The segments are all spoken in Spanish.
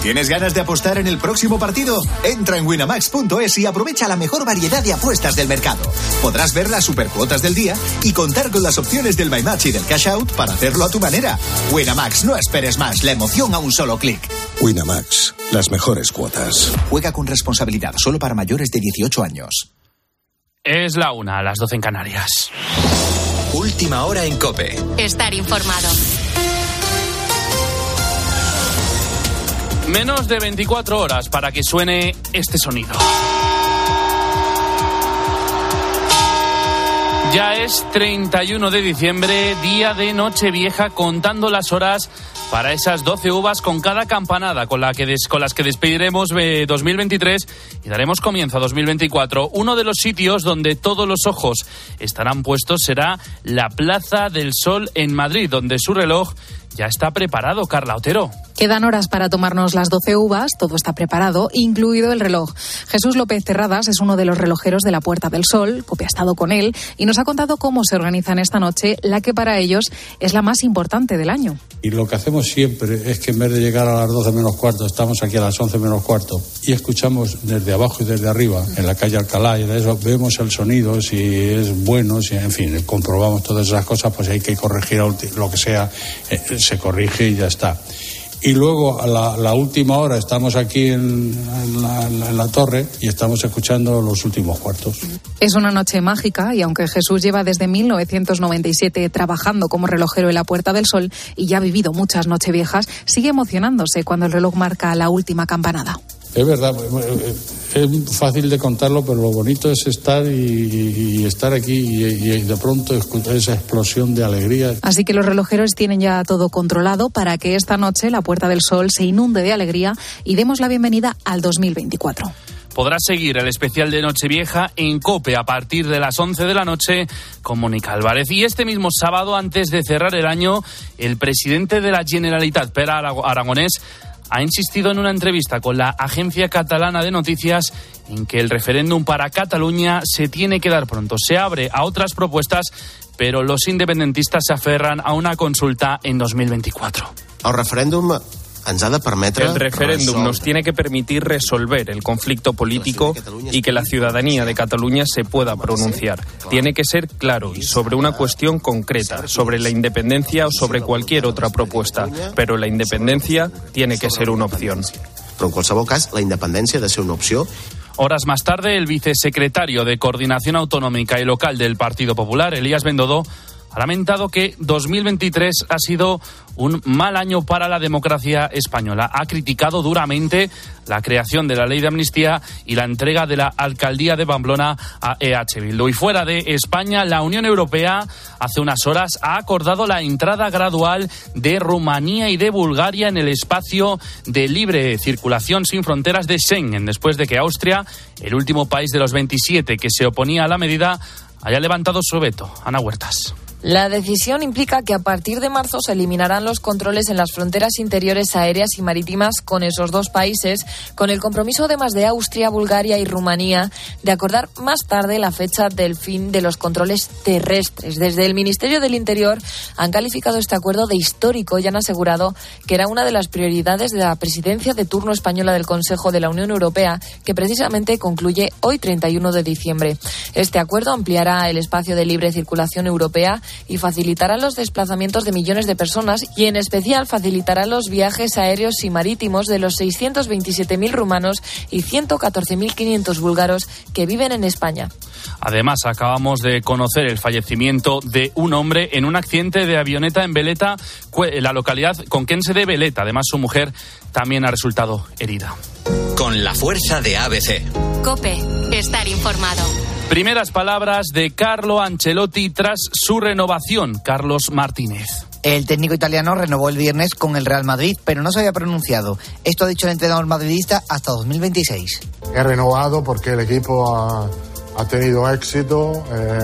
¿Tienes ganas de apostar en el próximo partido? Entra en winamax.es y aprovecha la mejor variedad de apuestas del mercado. Podrás ver las supercuotas del día y contar con las opciones del My Match y del Cash Out para hacerlo a tu manera. Winamax, no esperes más, la emoción a un solo clic. Winamax, las mejores cuotas. Juega con responsabilidad, solo para mayores de 18 años. Es la 1, las 12 en Canarias. Última hora en COPE. Estar informado. Menos de 24 horas para que suene este sonido. Ya es 31 de diciembre, día de Nochevieja, contando las horas para esas 12 uvas con cada campanada con las que despediremos 2023 y daremos comienzo a 2024. Uno de los sitios donde todos los ojos estarán puestos será la Plaza del Sol en Madrid, donde su reloj ya está preparado. Carla Otero. Quedan horas para tomarnos las 12 uvas, todo está preparado, incluido el reloj. Jesús López Terradas es uno de los relojeros de la Puerta del Sol, COPE ha estado con él y nos ha contado cómo se organizan esta noche, la que para ellos es la más importante del año. Y lo que hacemos siempre es que en vez de llegar a las 12 menos cuarto, estamos aquí a las 11 menos cuarto y escuchamos desde abajo y desde arriba, en la calle Alcalá, y de eso vemos el sonido, si es bueno, si, en fin, comprobamos todas esas cosas, pues hay que corregir lo que sea, se corrige y ya está. Y luego a la última hora estamos aquí en la torre y estamos escuchando los últimos cuartos. Es una noche mágica y aunque Jesús lleva desde 1997 trabajando como relojero en la Puerta del Sol y ya ha vivido muchas nocheviejas, sigue emocionándose cuando el reloj marca la última campanada. Es verdad, es fácil de contarlo, pero lo bonito es estar y estar aquí y de pronto escuchar esa explosión de alegría. Así que los relojeros tienen ya todo controlado para que esta noche la Puerta del Sol se inunde de alegría y demos la bienvenida al 2024. Podrás seguir el especial de Nochevieja en COPE a partir de las 11 de la noche con Mónica Álvarez. Y este mismo sábado, antes de cerrar el año, el presidente de la Generalitat, Pere Aragonès, ha insistido en una entrevista con la Agencia Catalana de Noticias en que el referéndum para Cataluña se tiene que dar pronto. Se abre a otras propuestas, pero los independentistas se aferran a una consulta en 2024. El referéndum El referéndum nos tiene que permitir resolver el conflicto político y que la ciudadanía de Cataluña se pueda pronunciar. Tiene que ser claro y sobre una cuestión concreta, sobre la independencia o sobre cualquier otra propuesta, pero la independencia tiene que ser una opción. Però en qualsevol cas, la independència ha de ser una opció. Horas más tarde, el vicesecretario de Coordinación Autonómica y Local del Partido Popular, Elías Bendodo, ha lamentado que 2023 ha sido un mal año para la democracia española. Ha criticado duramente la creación de la ley de amnistía y la entrega de la alcaldía de Pamplona a EH Bildu. Y fuera de España, la Unión Europea hace unas horas ha acordado la entrada gradual de Rumanía y de Bulgaria en el espacio de libre circulación sin fronteras de Schengen, después de que Austria, el último país de los 27 que se oponía a la medida, haya levantado su veto. Ana Huertas. La decisión implica que a partir de marzo se eliminarán los controles en las fronteras interiores aéreas y marítimas con esos dos países, con el compromiso además de Austria, Bulgaria y Rumanía de acordar más tarde la fecha del fin de los controles terrestres. Desde el Ministerio del Interior han calificado este acuerdo de histórico y han asegurado que era una de las prioridades de la presidencia de turno española del Consejo de la Unión Europea, que precisamente concluye hoy 31 de diciembre. Este acuerdo ampliará el espacio de libre circulación europea y facilitará los desplazamientos de millones de personas y en especial facilitará los viajes aéreos y marítimos de los 627.000 rumanos y 114.500 búlgaros que viven en España. Además, acabamos de conocer el fallecimiento de un hombre en un accidente de avioneta en Veleta, la localidad conquense de Veleta. Además, su mujer también ha resultado herida. Con la fuerza de ABC. COPE, estar informado. Primeras palabras de Carlo Ancelotti tras su renovación. Carlos Martínez. El técnico italiano renovó el viernes con el Real Madrid, pero no se había pronunciado. Esto ha dicho el entrenador madridista hasta 2026. He renovado porque el equipo ha tenido éxito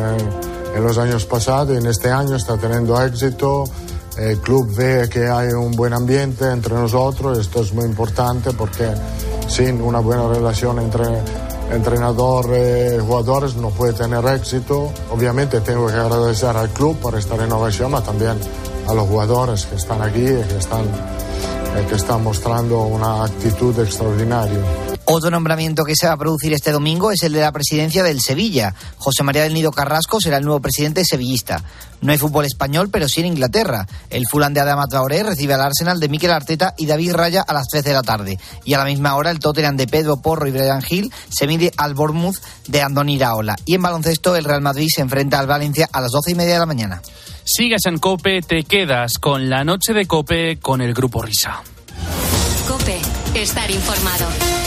en los años pasados y en este año está teniendo éxito. El club ve que hay un buen ambiente entre nosotros. Esto es muy importante porque sin una buena relación entre entrenador y jugadores no puede tener éxito. Obviamente tengo que agradecer al club por esta renovación, pero también a los jugadores que están aquí y que están que está mostrando una actitud extraordinaria. Otro nombramiento que se va a producir este domingo es el de la presidencia del Sevilla. José María del Nido Carrasco será el nuevo presidente sevillista. No hay fútbol español, pero sí en Inglaterra. El Fulham de Adama Traoré recibe al Arsenal de Mikel Arteta y David Raya a las 3 de la tarde. Y a la misma hora el Tottenham de Pedro Porro y Brian Hill se mide al Bournemouth de Andoni Iraola. Y en baloncesto el Real Madrid se enfrenta al Valencia a las 12:30 de la mañana. Sigues en COPE, te quedas con la noche de COPE con el Grupo Risa. COPE, estar informado.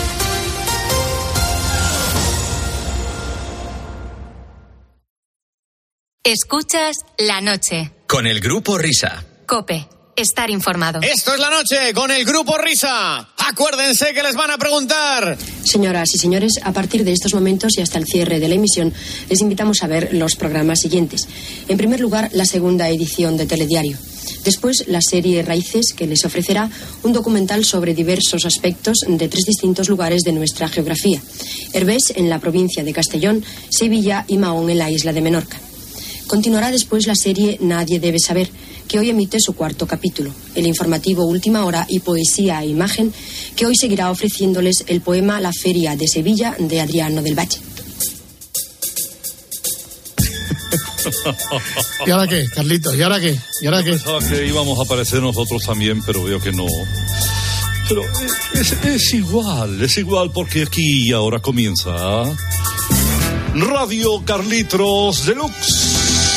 Escuchas La Noche. Con el Grupo Risa. COPE, estar informado. Esto es La Noche con el Grupo Risa. Acuérdense que les van a preguntar. Señoras y señores, a partir de estos momentos y hasta el cierre de la emisión, les invitamos a ver los programas siguientes. En primer lugar, la segunda edición de Telediario. Después, la serie Raíces, que les ofrecerá un documental sobre diversos aspectos de 3 distintos lugares de nuestra geografía. Herbés, en la provincia de Castellón, Sevilla y Mahón, en la isla de Menorca. Continuará después la serie Nadie debe saber, que hoy emite su 4º capítulo, el informativo Última Hora y Poesía e Imagen, que hoy seguirá ofreciéndoles el poema La Feria de Sevilla de Adriano del Valle. ¿Y ahora qué, Carlitos? ¿Y ahora qué? Pensaba que íbamos a aparecer nosotros también, pero veo que no. Pero es igual porque aquí ahora comienza Radio Carlitos Deluxe.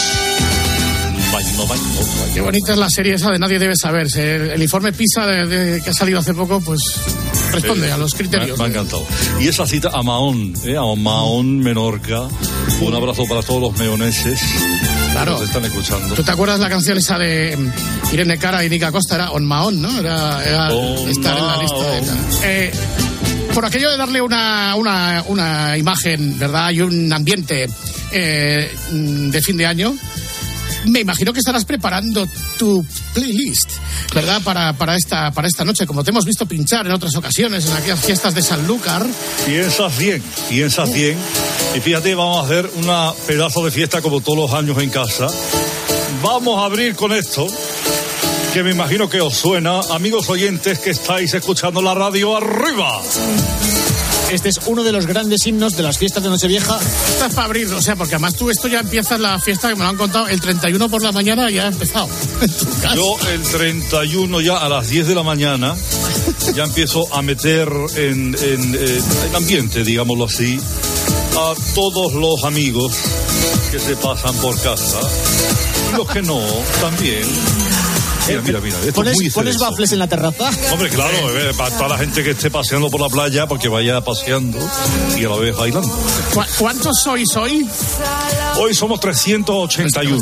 Qué bonita es la serie esa de Nadie debe saber. El informe PISA que ha salido hace poco, pues responde a los criterios. Me ha encantado. Y esa cita a Mahón, a Mahón, Menorca. Un abrazo para todos los meoneses. Claro. Que nos están escuchando. ¿Tú te acuerdas la canción esa de Irene Cara y Nica Costa? Era On Mahón, ¿no? Era estar en la lista. Por aquello de darle una imagen, ¿verdad? Y un ambiente de fin de año. Me imagino que estarás preparando tu playlist, ¿verdad? Para esta noche, como te hemos visto pinchar en otras ocasiones, en aquellas fiestas de Sanlúcar. Piensas bien. Y fíjate, vamos a hacer una pedazo de fiesta como todos los años en casa. Vamos a abrir con esto, que me imagino que os suena, amigos oyentes que estáis escuchando la radio arriba. Este es uno de los grandes himnos de las fiestas de Nochevieja. Estás para abrir, o sea, porque además tú esto ya empiezas la fiesta, que me lo han contado, el 31 por la mañana ya ha empezado. Yo el 31 ya a las 10 de la mañana ya empiezo a meter en ambiente, digámoslo así, a todos los amigos que se pasan por casa. Y los que no, también. Mira. Esto ¿Pones baffles en la terraza? Hombre, claro, para toda la gente que esté paseando por la playa, porque vaya paseando y a la vez bailando. ¿Cuántos sois hoy? Hoy somos 381.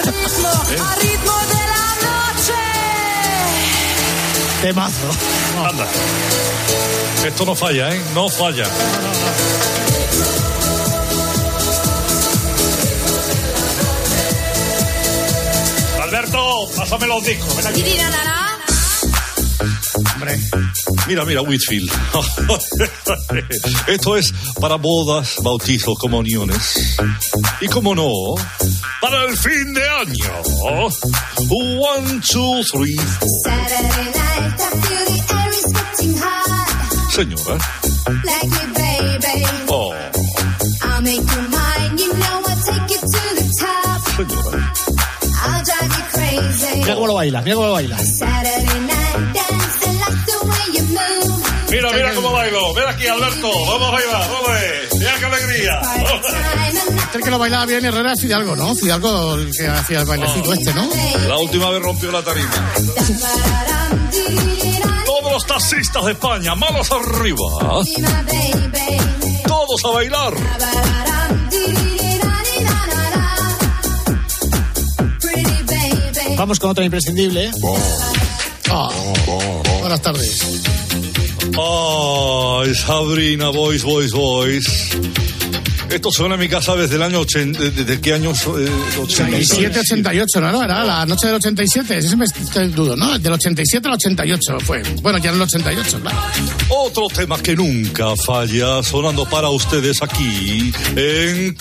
Temazo. Anda. Esto no falla, No falla. Alberto, pásame los discos. Ven aquí. Hombre. Mira, Whitfield. Esto es para bodas, bautizos, comuniones. Y como no, para el fin de año. 1, 2, 3, 4. Señora. Oh. Señora. Mira cómo lo baila. Mira cómo bailo. Ven aquí, Alberto. Vamos a bailar. Mira qué alegría. El que lo bailaba bien Herrera es Fidalgo, ¿no? Fidalgo el que hacía el bailecito ¿no? La última vez rompió la tarima. Todos los taxistas de España, manos arriba. Todos a bailar. Vamos con otra imprescindible. Buenas tardes. Ay, Sabrina, boys. Esto suena en mi casa desde el año 80. ¿Desde qué año? 87, 88, ¿no? Era la noche del 87. Ese me dudo, ¿no? Del 87 al 88 fue. Bueno, ya en el 88, claro. Otro tema que nunca falla, sonando para ustedes aquí en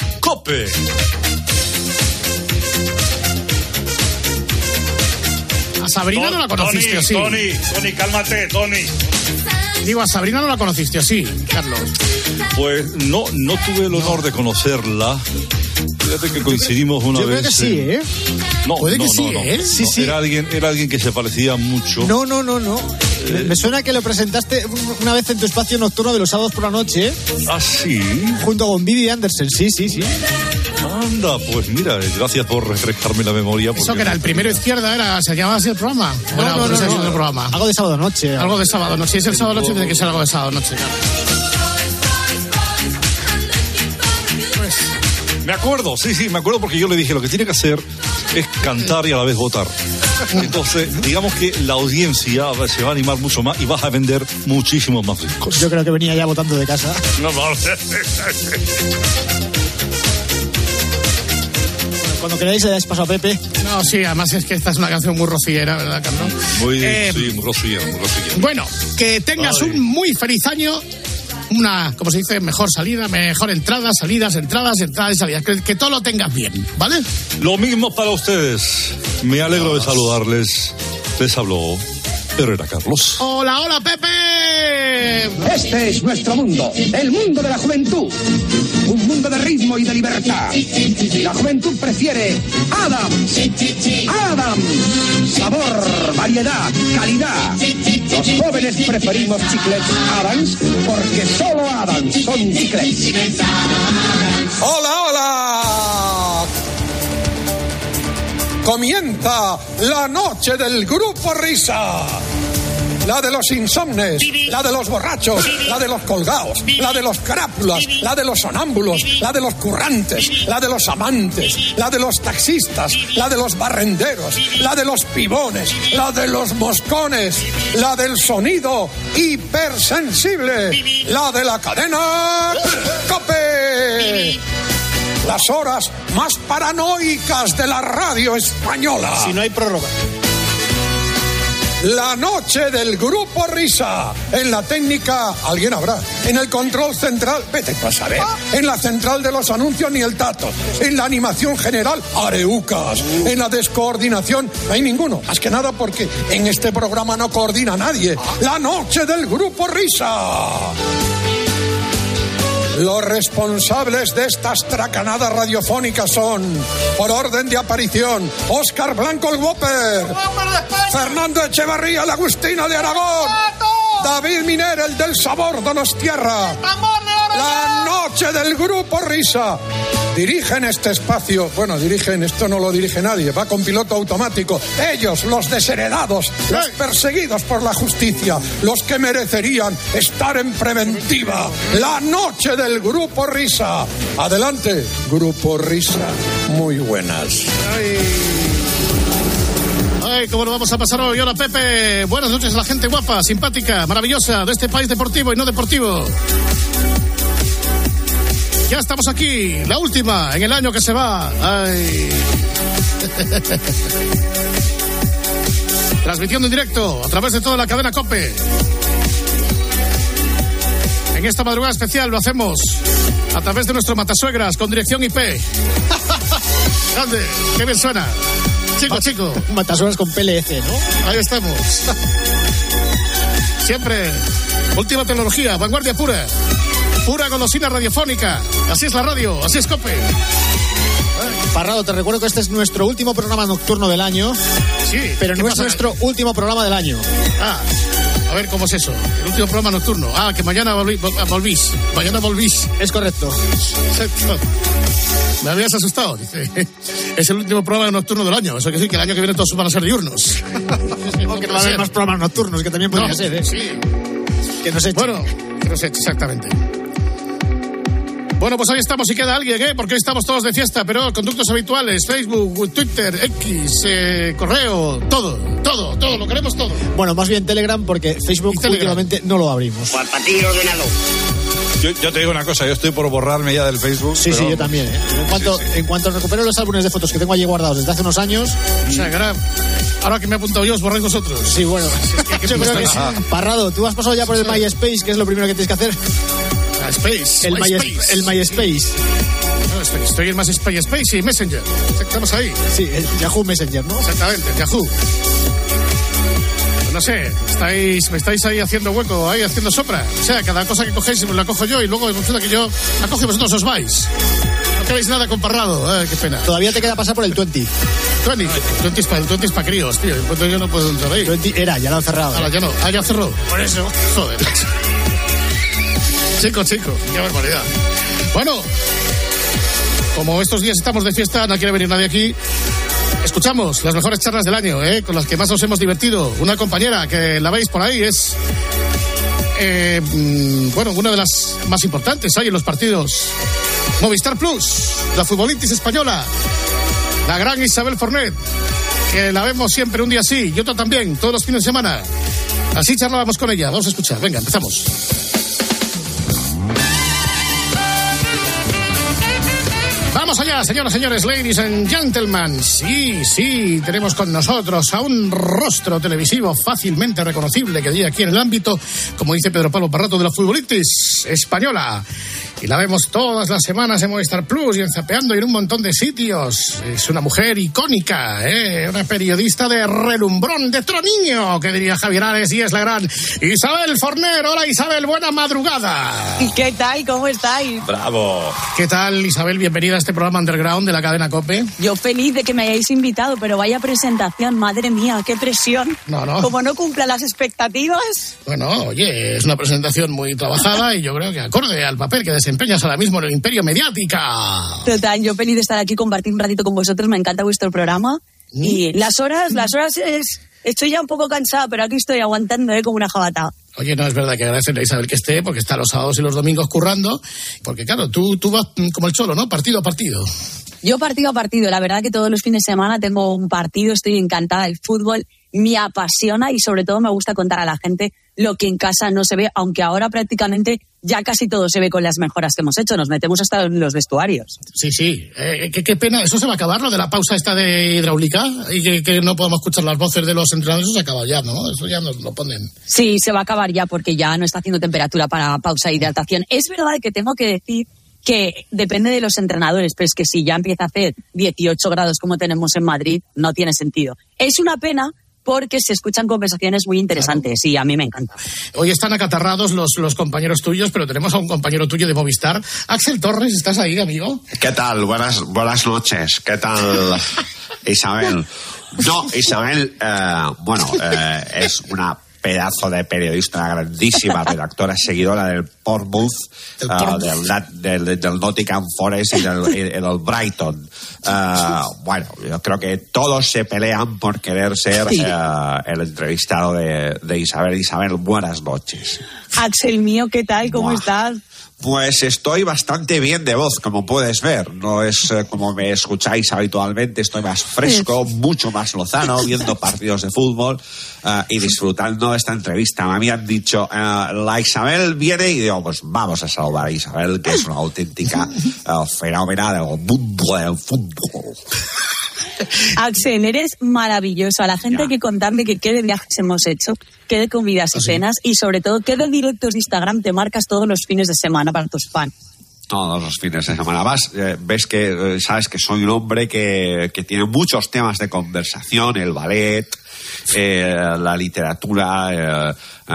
Sabrina no la conociste así. Tony, cálmate, Tony. Digo, a Sabrina no la conociste así, Carlos. Pues no tuve el honor de conocerla. Fíjate que coincidimos una vez. Yo creo que sí, ¿eh? No, puede que sí, ¿eh? Sí. Era alguien que se parecía mucho. No. Me suena que lo presentaste una vez en tu espacio nocturno de los sábados por la noche. ¿Ah, sí? Junto con Vivi Anderson, sí. Anda, pues mira, gracias por refrescarme la memoria. Eso que era el primero izquierda, ¿se llamaba así el programa? No. El programa. Algo de sábado noche. Algo de sábado noche. Si es el sábado noche, tiene que ser algo de sábado noche, claro. Me acuerdo, sí, me acuerdo porque yo le dije lo que tiene que hacer es cantar y a la vez votar. Entonces, digamos que la audiencia se va a animar mucho más y vas a vender muchísimos más discos. Yo creo que venía ya votando de casa. No. Cuando queráis le dais paso a Pepe. No, sí, además es que esta es una canción muy rociera, ¿verdad, Carlos? Muy rociera. Bueno, que tengas un muy feliz año. Una, como se dice, mejor salida, mejor entrada, salidas y salidas. Que todo lo tengas bien, ¿vale? Lo mismo para ustedes. Me alegro de saludarles. Les habló Herrera Carlos. Hola, Pepe. Este es nuestro mundo, el mundo de la juventud. Un mundo de ritmo y de libertad. La juventud prefiere Adams. Sabor, variedad, calidad. Los jóvenes preferimos chiclets Adams porque solo Adams son chiclets. ¡Hola! Comienza la noche del Grupo Risa. La de los insomnes, la de los borrachos, la de los colgados, la de los carápulas, la de los sonámbulos, la de los currantes, la de los amantes, la de los taxistas, la de los barrenderos, la de los pibones, la de los moscones, la del sonido hipersensible, la de la cadena COPE. Las horas más paranoicas de la radio española. Si no hay prórroga. La noche del Grupo Risa. En la técnica, alguien habrá. En el control central, vete para saber. En la central de los anuncios, ni el tato. En la animación general, areucas. En la descoordinación, no hay ninguno. Más que nada porque en este programa no coordina nadie. La noche del Grupo Risa. Los responsables de estas tracanadas radiofónicas son, por orden de aparición, Óscar Blanco el Whopper, Fernando Echevarría el Agustino de Aragón, David Miner el del Sabor Donostierra, la noche del Grupo Risa. Dirigen este espacio, esto no lo dirige nadie, va con piloto automático. Ellos, los desheredados, los perseguidos por la justicia, los que merecerían estar en preventiva. La noche del Grupo Risa. Adelante, Grupo Risa. Muy buenas. Ay, ¿cómo lo vamos a pasar hoy? Hola, Pepe. Buenas noches a la gente guapa, simpática, maravillosa de este país deportivo y no deportivo. Ya estamos aquí, la última en el año que se va. Ay. Transmitiendo en directo a través de toda la cadena COPE. En esta madrugada especial lo hacemos a través de nuestro Matasuegras con dirección IP. ¿Dónde? Qué bien suena. Chico. Matasuegras con PLC, ¿no? Ahí estamos. Siempre última tecnología, vanguardia pura. Pura golosina radiofónica. Así es la radio, así es COPE. Parrado, te recuerdo que este es nuestro último programa nocturno del año. Sí. Pero no es nuestro último programa del año. A ver, ¿cómo es eso? El último programa nocturno. Que mañana volvís. Mañana volvís. Es correcto. Exacto. Me habías asustado. Dice, es el último programa nocturno del año. Eso quiere decir que el año que viene todos van a ser diurnos. Que no va a haber más programas nocturnos, que también podría ser, ¿eh? Sí. Que nos echen. Bueno, que nos echen, exactamente. Bueno, pues ahí estamos, si queda alguien, porque hoy estamos todos de fiesta, pero conductos habituales, Facebook, Twitter, X, correo, todo, lo queremos todo. Bueno, más bien Telegram, porque Facebook últimamente no lo abrimos. Para ti el ordenador. Yo te digo una cosa, yo estoy por borrarme ya del Facebook. Sí, yo también. En cuanto recupero los álbumes de fotos que tengo allí guardados desde hace unos años. O sea, ahora que me he apuntado yo, os borráis vosotros. Sí, bueno. Yo creo que sí. Parrado, tú has pasado ya por el MySpace, que es lo primero que tienes que hacer. El MySpace. No, estoy en MySpace y Messenger. Estamos ahí. Sí, el Yahoo Messenger, ¿no? Exactamente, el Yahoo. no sé, me estáis ahí haciendo hueco, ahí haciendo sombra. O sea, cada cosa que cogéis la cojo yo y luego resulta que yo la cojo y vosotros os vais. No queréis nada comparado, qué pena. Todavía te queda pasar por el 20. 20 es para críos, tío. Entonces yo no puedo entrar ahí. 20 era, ya lo han cerrado. Ahora ya no, ya cerró. Por eso, joder. Chico, qué barbaridad. Bueno, como estos días estamos de fiesta, no quiere venir nadie aquí. Escuchamos las mejores charlas del año, con las que más nos hemos divertido. Una compañera que la veis por ahí es, una de las más importantes ahí en los partidos. Movistar Plus, la futbolitis española, la gran Isabel Fornet, que la vemos siempre un día sí y otro también, todos los fines de semana. Así charlábamos con ella. Vamos a escuchar. Venga, empezamos. Vamos allá, señoras, señores, ladies and gentlemen. Sí, tenemos con nosotros a un rostro televisivo fácilmente reconocible que diría aquí en el ámbito, como dice Pedro Pablo Parrato, de la futbolitis española. Y la vemos todas las semanas en Movistar Plus y en Zapeando y en un montón de sitios. Es una mujer icónica, una periodista de relumbrón, de troniño, que diría Javier Ares, y es la gran Isabel Forner. Hola, Isabel, buena madrugada. ¿Qué tal? ¿Cómo estáis? Bravo. ¿Qué tal, Isabel? Bienvenida a este programa Underground de la cadena COPE. Yo feliz de que me hayáis invitado, pero vaya presentación, madre mía, qué presión. No. Como no cumpla las expectativas. Bueno, oye, es una presentación muy trabajada y yo creo que acorde al papel que desempeñas ahora mismo en el imperio mediática. Total, yo feliz de estar aquí, compartir un ratito con vosotros, me encanta vuestro programa. Y las horas estoy ya un poco cansada, pero aquí estoy aguantando, como una jabata. Oye, no, es verdad que agradecerle a Isabel que esté, porque está los sábados y los domingos currando, porque claro, tú vas como el Cholo, ¿no? Partido a partido. Yo partido a partido, la verdad que todos los fines de semana tengo un partido, estoy encantada del fútbol, me apasiona y sobre todo me gusta contar a la gente lo que en casa no se ve, aunque ahora prácticamente ya casi todo se ve con las mejoras que hemos hecho, nos metemos hasta en los vestuarios. Sí, qué pena, ¿eso se va a acabar, lo de la pausa esta de hidráulica? Y que no podemos escuchar las voces de los entrenadores, eso se acaba ya, ¿no? Eso ya nos lo ponen. Sí, se va a acabar ya porque ya no está haciendo temperatura para pausa de hidratación. Es verdad que tengo que decir que depende de los entrenadores, pero es que si ya empieza a hacer 18 grados como tenemos en Madrid, no tiene sentido. Es una pena porque se escuchan conversaciones muy interesantes y a mí me encanta. Hoy están acatarrados los compañeros tuyos, pero tenemos a un compañero tuyo de Movistar. Axel Torres, ¿estás ahí, amigo? ¿Qué tal? Buenas noches. ¿Qué tal, Isabel? No, Isabel, es una pedazo de periodista, grandísima redactora, seguidora del Portsmouth, del Nottingham Forest y del Brighton. Yo creo que todos se pelean por querer ser el entrevistado de Isabel. Isabel, buenas noches. Axel mío, ¿qué tal? ¿Cómo estás? Pues estoy bastante bien de voz, como puedes ver. No es como me escucháis habitualmente. Estoy más fresco, mucho más lozano, viendo partidos de fútbol y disfrutando esta entrevista. Me habían dicho, la Isabel viene y digo, pues vamos a saludar a Isabel, que es una auténtica fenómena del mundo del fútbol. Axel, eres maravilloso. A la gente hay que contarle que qué de viajes hemos hecho, qué de comidas y cenas y sobre todo qué de directos de Instagram te marcas todos los fines de semana para tus fans. Todos los fines de semana. Ves que sabes que soy un hombre que tiene muchos temas de conversación, el ballet, la literatura,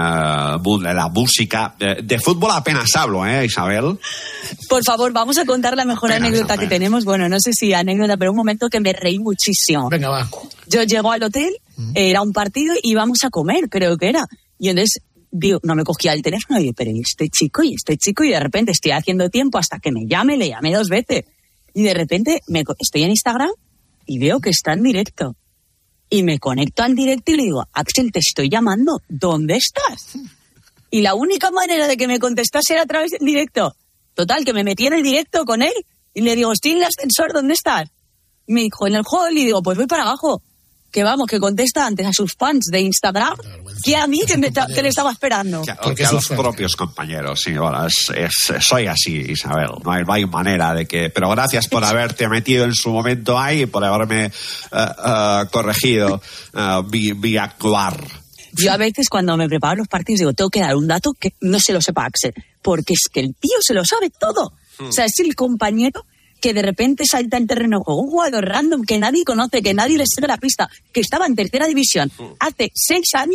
la música. De fútbol apenas hablo, Isabel. Por favor, vamos a contar la mejor anécdota que tenemos. Bueno, no sé si anécdota, pero un momento que me reí muchísimo. Venga, va. Yo llego al hotel, era un partido y íbamos a comer, creo que era. Y entonces digo, no me cogía el teléfono y digo, pero ¿y este chico? Y de repente estoy haciendo tiempo hasta que le llamé 2 veces. Y de repente estoy en Instagram y veo que está en directo. Y me conecto al directo y le digo, Axel, te estoy llamando, ¿dónde estás? Y la única manera de que me contestase era a través del directo. Total, que me metí en el directo con él y le digo, estoy en el ascensor, ¿dónde estás? Y me dijo, en el hall, y digo, pues voy para abajo. Que vamos, que contesta antes a sus fans de Instagram que a mí que le estaba esperando. Porque a los propios compañeros, sí, bueno, soy así, Isabel. No hay manera de que... Pero gracias por haberte metido en su momento ahí y por haberme corregido mi actuar. Yo a veces cuando me preparo los partidos digo, tengo que dar un dato que no se lo sepa Axel, porque es que el tío se lo sabe todo. O sea, es el compañero que de repente salta en terreno de juego, un jugador random que nadie conoce, que nadie le sigue la pista, que estaba en tercera división hace 6 años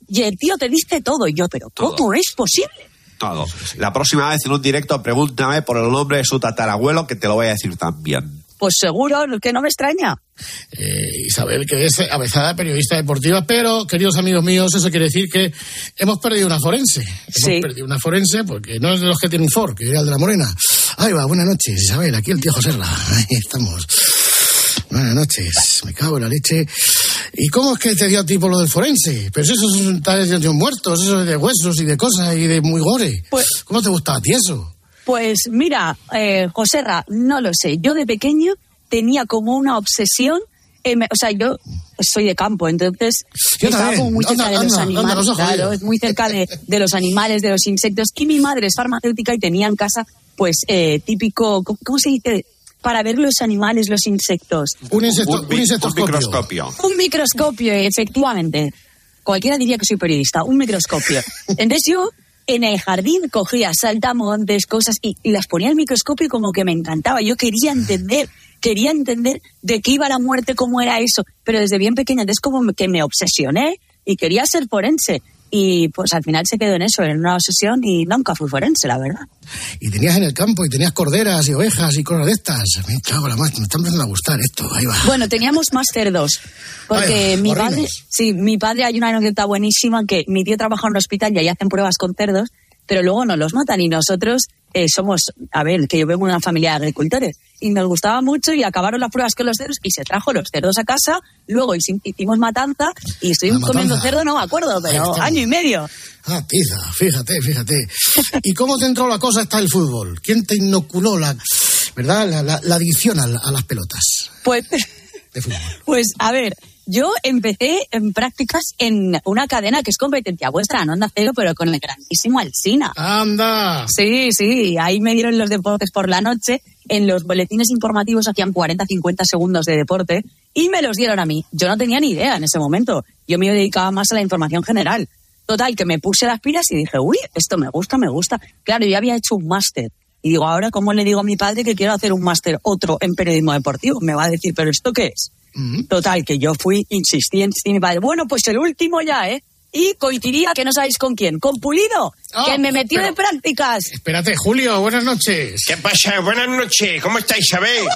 y el tío te dice todo. Y yo, ¿pero cómo es posible? Todo. La próxima vez en un directo pregúntame por el nombre de su tatarabuelo, que te lo voy a decir también. Pues seguro, que no me extraña. Isabel, que es avezada periodista deportiva, pero, queridos amigos míos, eso quiere decir que hemos perdido una forense. Hemos perdido una forense porque no es de los que tienen Ford, que diría el de la Morena. Ahí va, buenas noches, Isabel, aquí el tío Joserra. Ahí estamos. Buenas noches, me cago en la leche. ¿Y cómo es que te dio a ti por lo del forense? Pero esos son tales de muertos, eso de huesos y de cosas y de muy gore. Pues, ¿cómo te gustaba a ti eso? Pues mira, Joserra, no lo sé. Yo de pequeño tenía como una obsesión. Yo soy de campo, entonces estaba como muy cerca de los animales. Claro, es muy cerca de los animales, de los insectos. Y mi madre es farmacéutica y tenía en casa, pues, típico, ¿cómo se dice? Para ver los animales, los insectos. Un microscopio. Un microscopio, efectivamente. Cualquiera diría que soy periodista. Un microscopio. Entonces yo, en el jardín, cogía saltamontes, cosas, y las ponía en el microscopio y como que me encantaba. Yo quería entender de qué iba la muerte, cómo era eso. Pero desde bien pequeña, entonces como que me obsesioné y quería ser forense. Y pues al final se quedó en eso, en una obsesión, y nunca fui forense, la verdad. Y tenías en el campo, y tenías corderas y ovejas y cosas de estas. Me cago en la madre, me está empezando a gustar esto, ahí va. Bueno, teníamos más cerdos, porque mi padre, hay una anécdota buenísima, que mi tío trabaja en un hospital y ahí hacen pruebas con cerdos, pero luego nos los matan, y nosotros que yo vengo de una familia de agricultores, y nos gustaba mucho, y acabaron las pruebas con los cerdos, y se trajo los cerdos a casa, luego hicimos matanza, y estoy comiendo cerdo, no me acuerdo, pero año y medio. Ah, tiza, fíjate. ¿Y cómo te entró la cosa hasta el fútbol? ¿Quién te inoculó la adicción a las pelotas? Pues, a ver, yo empecé en prácticas en una cadena que es competencia vuestra, en Onda Cero, pero con el grandísimo Alsina. ¡Anda! Sí, ahí me dieron los deportes por la noche. En los boletines informativos hacían 40-50 segundos de deporte y me los dieron a mí. Yo no tenía ni idea en ese momento. Yo me dedicaba más a la información general. Total, que me puse las pilas y dije, uy, esto me gusta. Claro, yo había hecho un máster. Y digo, ahora, ¿cómo le digo a mi padre que quiero hacer un máster, otro en periodismo deportivo? Me va a decir, ¿pero esto qué es? Total, que yo insistí, mi padre, bueno, pues el último ya, ¿eh? Y coincidiría, que no sabéis con quién, con Pulido, que me metió de prácticas. Espérate, Julio, buenas noches. ¿Qué pasa? Buenas noches, ¿cómo estáis, Isabel?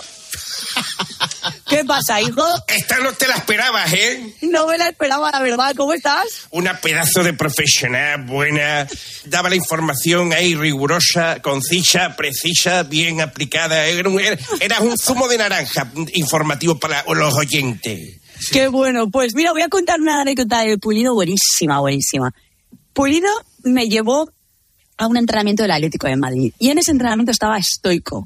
¿Qué pasa, hijo? Esta no te la esperabas, ¿eh? No me la esperaba, la verdad. ¿Cómo estás? Una pedazo de profesional, buena. Daba la información ahí rigurosa, concisa, precisa, bien aplicada. Eras un zumo de naranja informativo para los oyentes. Qué bueno. Pues mira, voy a contar una anécdota de Pulido buenísima. Pulido me llevó a un entrenamiento del Atlético de Madrid. Y en ese entrenamiento estaba Stoico.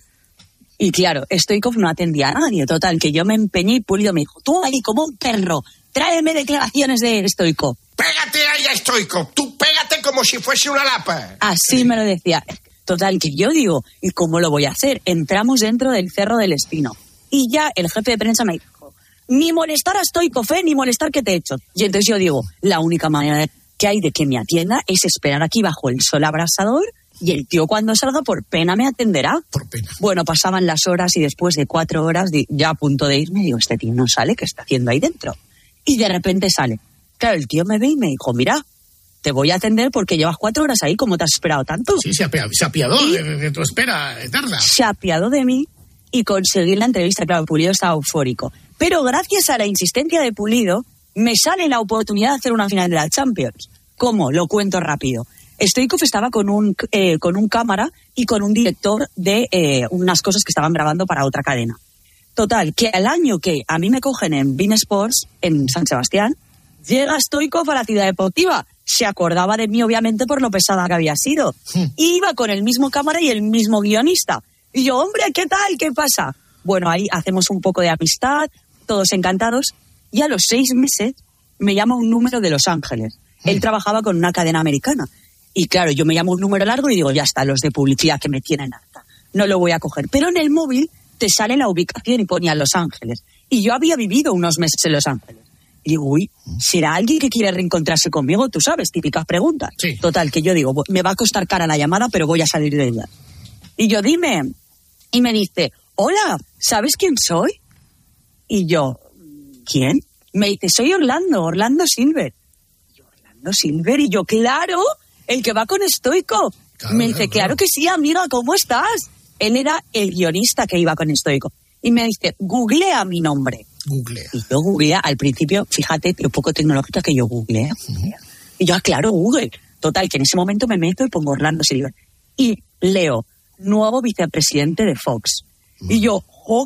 Y claro, Stoichkov no atendía a nadie. Total, que yo me empeñé y Pulido me dijo, tú ahí como un perro, tráeme declaraciones de Stoichkov. Pégate ahí a Stoichkov, tú pégate como si fuese una lapa. Así me lo decía. Total, que yo digo, ¿y cómo lo voy a hacer? Entramos dentro del Cerro del Espino. Y ya el jefe de prensa me dijo, ni molestar a Stoichkov, ni molestar que te he hecho. Y entonces yo digo, la única manera que hay de que me atienda es esperar aquí bajo el sol abrasador, y el tío cuando salga por pena me atenderá. Por pena. Bueno, pasaban las horas y después de 4 horas, ya a punto de irme, digo, este tío no sale, ¿qué está haciendo ahí dentro? Y de repente sale. Claro, el tío me ve y me dijo, mira, te voy a atender porque llevas 4 horas ahí, ¿cómo te has esperado tanto? Sí, se apiadó de tu espera eterna. Se apiadó de mí y conseguí la entrevista. Claro, Pulido estaba eufórico. Pero gracias a la insistencia de Pulido, me sale la oportunidad de hacer una final de la Champions. ¿Cómo? Lo cuento rápido. Stoichkov estaba con un cámara y con un director de unas cosas que estaban grabando para otra cadena. Total, que al año que a mí me cogen en beIN Sports, en San Sebastián, llega Stoichkov a la Ciudad Deportiva. Se acordaba de mí, obviamente, por lo pesada que había sido. Y iba con el mismo cámara y el mismo guionista. Y yo, hombre, ¿qué tal? ¿Qué pasa? Bueno, ahí hacemos un poco de amistad, todos encantados. Y a los 6 meses me llama un número de Los Ángeles. Él trabajaba con una cadena americana. Y claro, yo me llamo un número largo y digo, ya está, los de publicidad que me tienen harta. No lo voy a coger. Pero en el móvil te sale la ubicación y ponía Los Ángeles. Y yo había vivido unos meses en Los Ángeles. Y digo, uy, ¿será alguien que quiere reencontrarse conmigo? Tú sabes, típicas preguntas. Sí. Total, que yo digo, me va a costar cara la llamada, pero voy a salir de ella. Y yo, dime. Y me dice, hola, ¿sabes quién soy? Y yo, ¿quién? Me dice, soy Orlando Silver. Fernando Silver. Y yo, claro, el que va con Stoico. Me dice, claro que sí, amiga, ¿cómo estás? Él era el guionista que iba con Stoico. Y me dice, googlea mi nombre. Googlea. Y yo googlea, al principio, fíjate, lo poco tecnológica que yo googlea. Y yo, claro, Google. Total, que en ese momento me meto y pongo Orlando Silver. Y leo, nuevo vicepresidente de Fox. Y yo,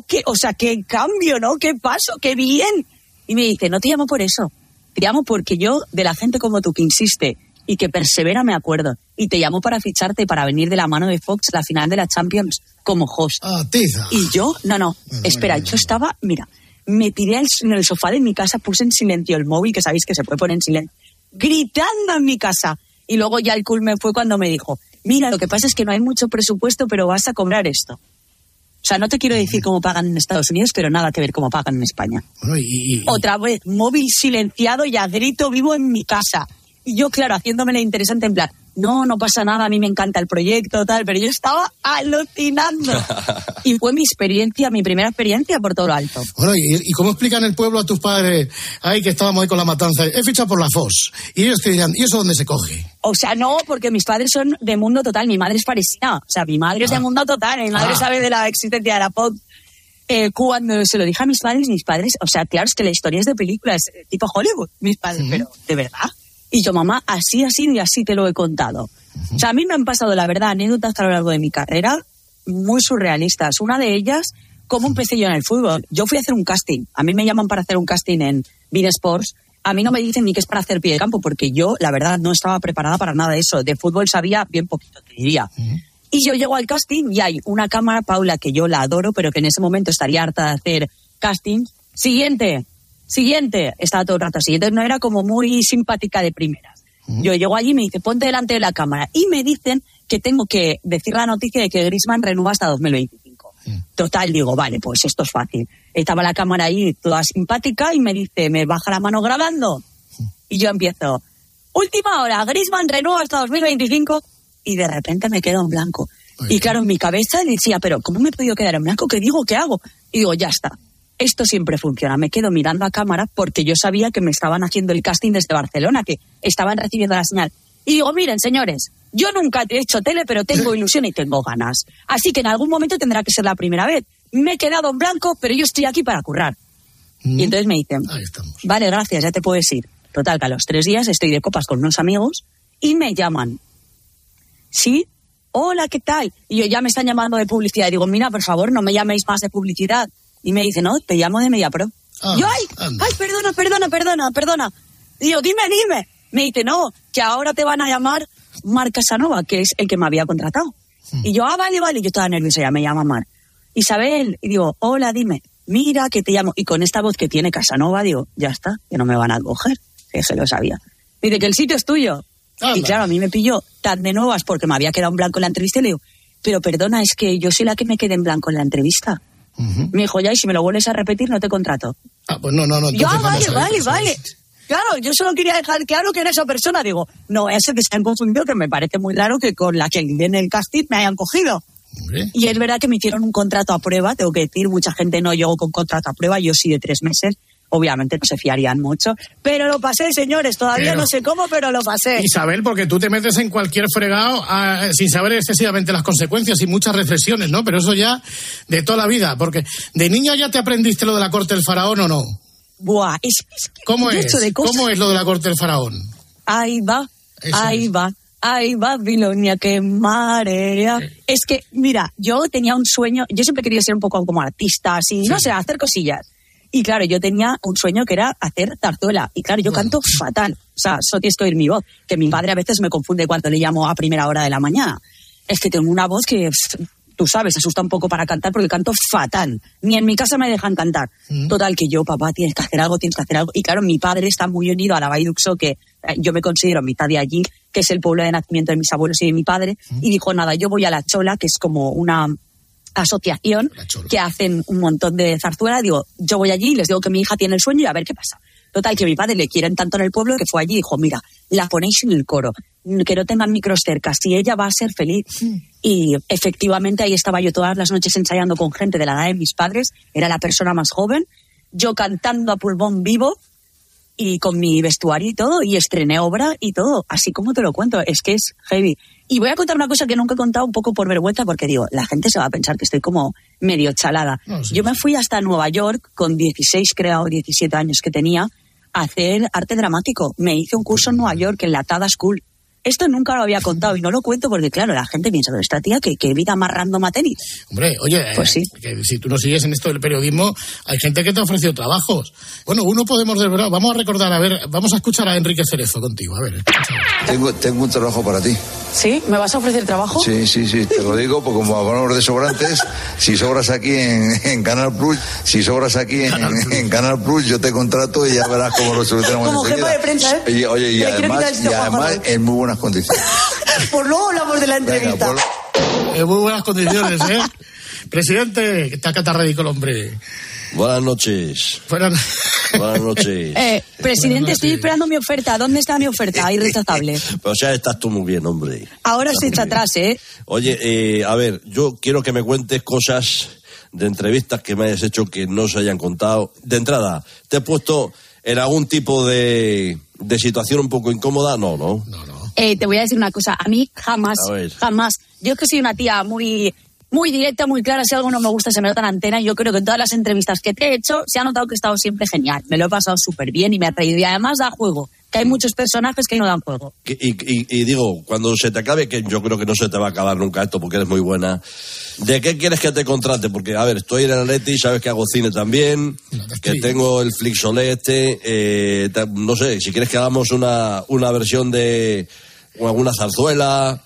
qué cambio, ¿no? ¿Qué paso? ¡Qué bien! Y me dice, no te llamo por eso. Te llamo porque yo, de la gente como tú que insiste y que persevera, me acuerdo. Y te llamo para ficharte, para venir de la mano de Fox la final de la Champions como host. Tiza. Y yo, espera, yo estaba, mira, me tiré en el sofá de mi casa, puse en silencio el móvil, que sabéis que se puede poner en silencio, gritando en mi casa. Y luego ya el culmen fue cuando me dijo, mira, lo que pasa es que no hay mucho presupuesto, pero vas a cobrar esto. O sea, no te quiero decir cómo pagan en Estados Unidos, pero nada que ver cómo pagan en España. Bueno, Otra vez, móvil silenciado y a grito vivo en mi casa. Y yo, claro, haciéndome la interesante en plan, no pasa nada, a mí me encanta el proyecto, tal, pero yo estaba alucinando. Y fue mi primera experiencia por todo lo alto. Bueno, ¿y cómo explican el pueblo a tus padres ahí que estábamos ahí con la matanza? He fichado por la FOS. Y ellos te dirán, ¿y eso dónde se coge? O sea, no, porque mis padres son de mundo total, mi madre es parisina. O sea, mi madre es de mundo total, mi madre sabe de la existencia de la Fox. Cuando se lo dije a mis padres, o sea, claro, es que la historia es de películas, tipo Hollywood, mis padres, pero ¿de verdad? Y yo, mamá, así y así te lo he contado. O sea, a mí me han pasado, la verdad, anécdotas a lo largo de mi carrera muy surrealistas. Una de ellas, cómo empecé yo en el fútbol. Yo fui a hacer un casting. A mí me llaman para hacer un casting en Bein Sports. A mí no me dicen ni que es para hacer pie de campo, porque yo, la verdad, no estaba preparada para nada de eso. De fútbol sabía bien poquito, te diría. Y yo llego al casting y hay una cámara, Paula, que yo la adoro, pero que en ese momento estaría harta de hacer castings. Siguiente, estaba todo el rato así. Entonces no era como muy simpática de primeras. Yo llego allí y me dice, ponte delante de la cámara. Y me dicen que tengo que decir la noticia de que Griezmann renueva hasta 2025. Total, digo, vale, pues esto es fácil. Estaba la cámara ahí toda simpática y me dice, ¿me baja la mano grabando? Y yo empiezo, última hora, Griezmann renueva hasta 2025. Y de repente me quedo en blanco. Y claro, en mi cabeza decía, pero ¿cómo me he podido quedar en blanco? ¿Qué digo? ¿Qué hago? Y digo, ya está. Esto siempre funciona. Me quedo mirando a cámara porque yo sabía que me estaban haciendo el casting desde Barcelona, que estaban recibiendo la señal. Y digo, miren, señores, yo nunca he hecho tele, pero tengo ilusión y tengo ganas. Así que en algún momento tendrá que ser la primera vez. Me he quedado en blanco, pero yo estoy aquí para currar. Y entonces me dicen, vale, gracias, ya te puedes ir. Total, que a los 3 días estoy de copas con unos amigos y me llaman. ¿Sí? Hola, ¿qué tal? Y yo, ya me están llamando de publicidad. Y digo, mira, por favor, no me llaméis más de publicidad. Y me dice, no, te llamo de MediaPro. Yo, perdona. Y yo, dime. Me dice, no, que ahora te van a llamar Marc Casanova, que es el que me había contratado. Y yo, vale. Yo estaba nerviosa, ya me llama Marc. Isabel, y digo, hola, dime, mira que te llamo. Y con esta voz que tiene Casanova, digo, ya está, que no me van a coger. Que se lo sabía. Dice que el sitio es tuyo. Y claro, a mí me pilló tan de nuevas porque me había quedado en blanco en la entrevista y le digo, pero perdona, es que yo soy la que me quedé en blanco en la entrevista. Me dijo, ya, y si me lo vuelves a repetir, no te contrato. Pues no. Yo, vale. Claro, yo solo quería dejar claro que era esa persona. Digo, no, ese que se han confundido, que me parece muy raro que con la que viene el casting me hayan cogido. Y es verdad que me hicieron un contrato a prueba, tengo que decir, mucha gente no llegó con contrato a prueba, yo sí de 3 meses. Obviamente no se fiarían mucho, pero lo pasé, señores, todavía no sé cómo, pero lo pasé. Isabel, porque tú te metes en cualquier fregado sin saber excesivamente las consecuencias y muchas reflexiones, ¿no? Pero eso ya de toda la vida, porque de niña ya te aprendiste lo de la corte del faraón, ¿o no? Buah, es que ¿Cómo es? ¿Cómo es lo de la corte del faraón? Ahí va, Babilonia, qué marea. Es que, mira, yo tenía un sueño, yo siempre quería ser un poco como artista, así, no sé, hacer cosillas. Y claro, yo tenía un sueño que era hacer zarzuela. Y claro, yo canto fatal. O sea, solo tienes que oír mi voz. Que mi padre a veces me confunde cuando le llamo a primera hora de la mañana. Es que tengo una voz que, tú sabes, asusta un poco para cantar porque canto fatal. Ni en mi casa me dejan cantar. Total, que yo, papá, tienes que hacer algo. Y claro, mi padre está muy unido a la Vall d'Uxó, que yo me considero mitad de allí, que es el pueblo de nacimiento de mis abuelos y de mi padre. Y dijo, nada, yo voy a La Chola, que es como una asociación que hacen un montón de zarzuela. Digo, yo voy allí y les digo que mi hija tiene el sueño y a ver qué pasa. Total, que mi padre le quieren tanto en el pueblo que fue allí y dijo, mira, la ponéis en el coro, que no tengan micros cerca, si ella va a ser feliz. Y efectivamente ahí estaba yo todas las noches ensayando con gente de la edad de mis padres, era la persona más joven, yo cantando a pulmón vivo, y con mi vestuario y todo, y estrené obra y todo, así como te lo cuento, es que es heavy. Y voy a contar una cosa que nunca he contado, un poco por vergüenza, porque digo, la gente se va a pensar que estoy como medio chalada. No, sí. Yo me fui hasta Nueva York con 16, creo, 17 años que tenía, a hacer arte dramático. Me hice un curso en Nueva York, en la Tada School. Esto nunca lo había contado y no lo cuento porque, claro, la gente piensa, pero esta tía, ¿qué vida más random ha tenido? Hombre, oye, pues sí. Que si tú no sigues en esto del periodismo, hay gente que te ha ofrecido trabajos. Bueno, uno podemos, de verdad, vamos a recordar, a ver, vamos a escuchar a Enrique Cerezo contigo, a ver. Tengo un trabajo para ti. ¿Sí? ¿Me vas a ofrecer trabajo? Sí, te lo digo, porque como hablamos de sobrantes, si sobras aquí en Canal Plus, en Canal Plus, yo te contrato y ya verás cómo lo solucionamos. Como jefa de prensa, ¿eh? Oye, y además en muy buenas condiciones. Pues luego hablamos de la entrevista. Venga, en muy buenas condiciones, ¿eh? Presidente, que está catarrédico el hombre. Buenas noches. Buenas noches. Presidente, estoy esperando mi oferta. ¿Dónde está mi oferta? Irrechazable. O sea, estás tú muy bien, hombre. Ahora se echa atrás, ¿eh? Oye, a ver, yo quiero que me cuentes cosas de entrevistas que me hayas hecho que no se hayan contado. De entrada, ¿te he puesto en algún tipo de situación un poco incómoda? No. Te voy a decir una cosa. A mí jamás. Yo es que soy una tía muy directa, muy clara. Si algo no me gusta, se me nota en antena. Y yo creo que en todas las entrevistas que te he hecho se ha notado que he estado siempre genial. Me lo he pasado súper bien y me ha traído. Y además da juego. Que hay muchos personajes que no dan juego. Y digo, cuando se te acabe, que yo creo que no se te va a acabar nunca esto porque eres muy buena, ¿de qué quieres que te contrate? Porque, a ver, estoy en el Atleti, sabes que hago cine también, que tengo el Flixolé no sé, si quieres que hagamos una versión de alguna zarzuela,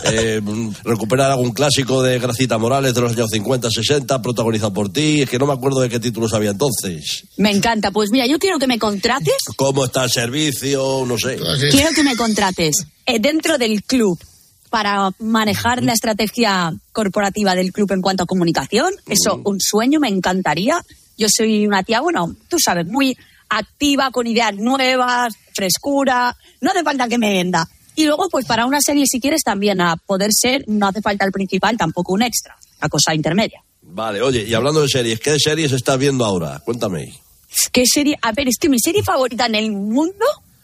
recuperar algún clásico de Gracita Morales de los años 50, 60, protagonizado por ti. Es que no me acuerdo de qué títulos había entonces. Me encanta. Pues mira, yo quiero que me contrates. ¿Cómo está el servicio? No sé. Quiero que me contrates dentro del club para manejar la estrategia corporativa del club en cuanto a comunicación. Eso, un sueño, me encantaría. Yo soy una tía, bueno, tú sabes, muy activa, con ideas nuevas, frescura. No hace falta que me venda. Y luego, pues para una serie, si quieres, también a poder ser, no hace falta el principal, tampoco un extra, una cosa intermedia. Vale, oye, y hablando de series, ¿qué series estás viendo ahora? Cuéntame. ¿Qué serie? A ver, es que mi serie favorita en el mundo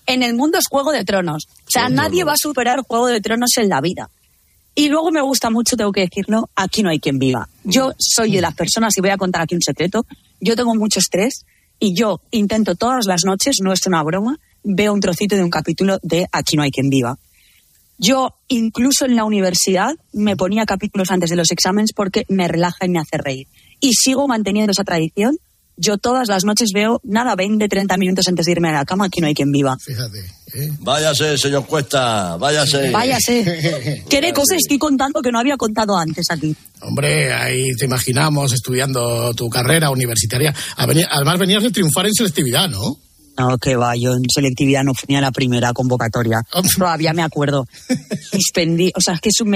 es Juego de Tronos. O sea, nadie va a superar Juego de Tronos en la vida. Y luego me gusta mucho, tengo que decirlo, Aquí no hay quien viva. Yo soy de las personas, y voy a contar aquí un secreto, yo tengo mucho estrés y yo intento todas las noches, no es una broma, veo un trocito de un capítulo de Aquí no hay quien viva. Yo, incluso en la universidad, me ponía capítulos antes de los exámenes porque me relaja y me hace reír. Y sigo manteniendo esa tradición. Yo todas las noches veo, 20, 30 minutos antes de irme a la cama, Aquí no hay quien viva. Fíjate. Váyase, señor Cuesta, váyase. ¿Qué de cosas estoy contando que no había contado antes aquí? Hombre, ahí te imaginamos estudiando tu carrera universitaria. Además venías de triunfar en selectividad, ¿no? No, que va, yo en selectividad no fui a la primera convocatoria. Todavía me acuerdo. Suspendí, o sea, es que me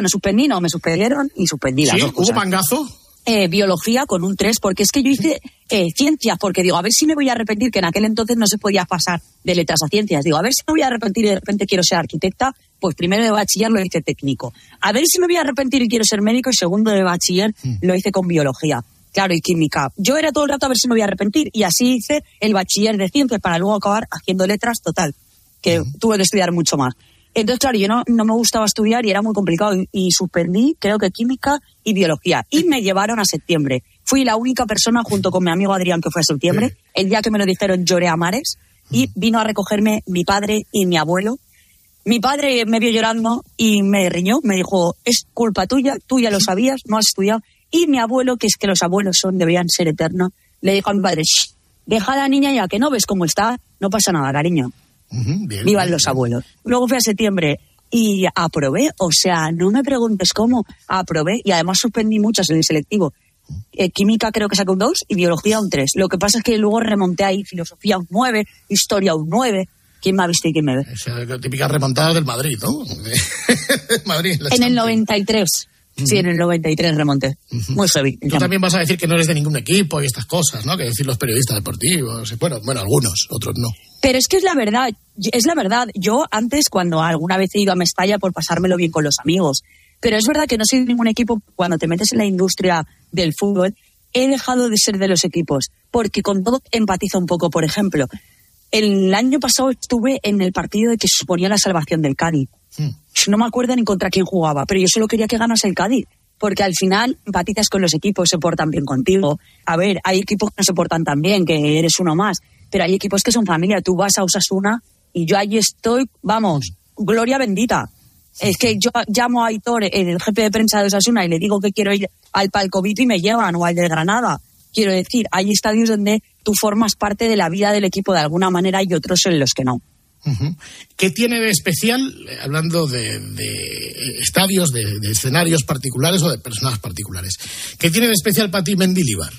suspendieron y suspendí las dos cosas. ¿Hubo mangazo? Biología con un 3, porque es que yo hice ciencias, porque digo, a ver si me voy a arrepentir, que en aquel entonces no se podía pasar de letras a ciencias. Digo, a ver si me voy a arrepentir y de repente quiero ser arquitecta, pues primero de bachiller lo hice técnico. A ver si me voy a arrepentir y quiero ser médico, y segundo de bachiller lo hice con biología. Claro, y química. Yo era todo el rato a ver si me voy a arrepentir, y así hice el bachiller de ciencias para luego acabar haciendo letras, total, que tuve que estudiar mucho más. Entonces, claro, yo no me gustaba estudiar y era muy complicado, y suspendí, creo que química y biología, y me llevaron a septiembre. Fui la única persona, junto con mi amigo Adrián, que fue a septiembre. El día que me lo dijeron lloré a mares, y vino a recogerme mi padre y mi abuelo. Mi padre me vio llorando y me riñó, me dijo, es culpa tuya, tú ya lo sabías, no has estudiado. Y mi abuelo, que es que los abuelos deberían ser eternos, le dijo a mi padre, deja a la niña ya, que no ves cómo está, no pasa nada, cariño. Vivan los abuelos. Luego fui a septiembre y aprobé, o sea, no me preguntes cómo, aprobé, y además suspendí muchas en el selectivo. Química creo que saqué un 2 y biología un 3. Lo que pasa es que luego remonté ahí filosofía un 9, historia un 9. ¿Quién me ha visto y quién me ve? Esa típica remontada del Madrid, ¿no? Madrid, en el 93. Sí, en el 93 remonté. Muy heavy. Tú también vas a decir que no eres de ningún equipo y estas cosas, ¿no? Que decir los periodistas deportivos. Bueno, algunos, otros no. Pero es que es la verdad. Yo antes, cuando alguna vez he ido a Mestalla por pasármelo bien con los amigos, pero es verdad que no soy de ningún equipo. Cuando te metes en la industria del fútbol, he dejado de ser de los equipos, porque con todo empatizo un poco. Por ejemplo, El año pasado estuve en el partido de que suponía la salvación del Cádiz. No me acuerdo ni contra quién jugaba, pero yo solo quería que ganase el Cádiz, porque al final empatizas con los equipos, se portan bien contigo. A ver, hay equipos que no se portan tan bien, que eres uno más, pero hay equipos que son familia. Tú vas a Osasuna y yo allí estoy, vamos, gloria bendita. Es que yo llamo a Aitor, el jefe de prensa de Osasuna, y le digo que quiero ir al Palcovito y me llevan, o al de Granada. Quiero decir, hay estadios donde tú formas parte de la vida del equipo de alguna manera y otros en los que no. ¿Qué tiene de especial, hablando de estadios, de escenarios particulares o de personas particulares, qué tiene de especial para ti Mendilibar?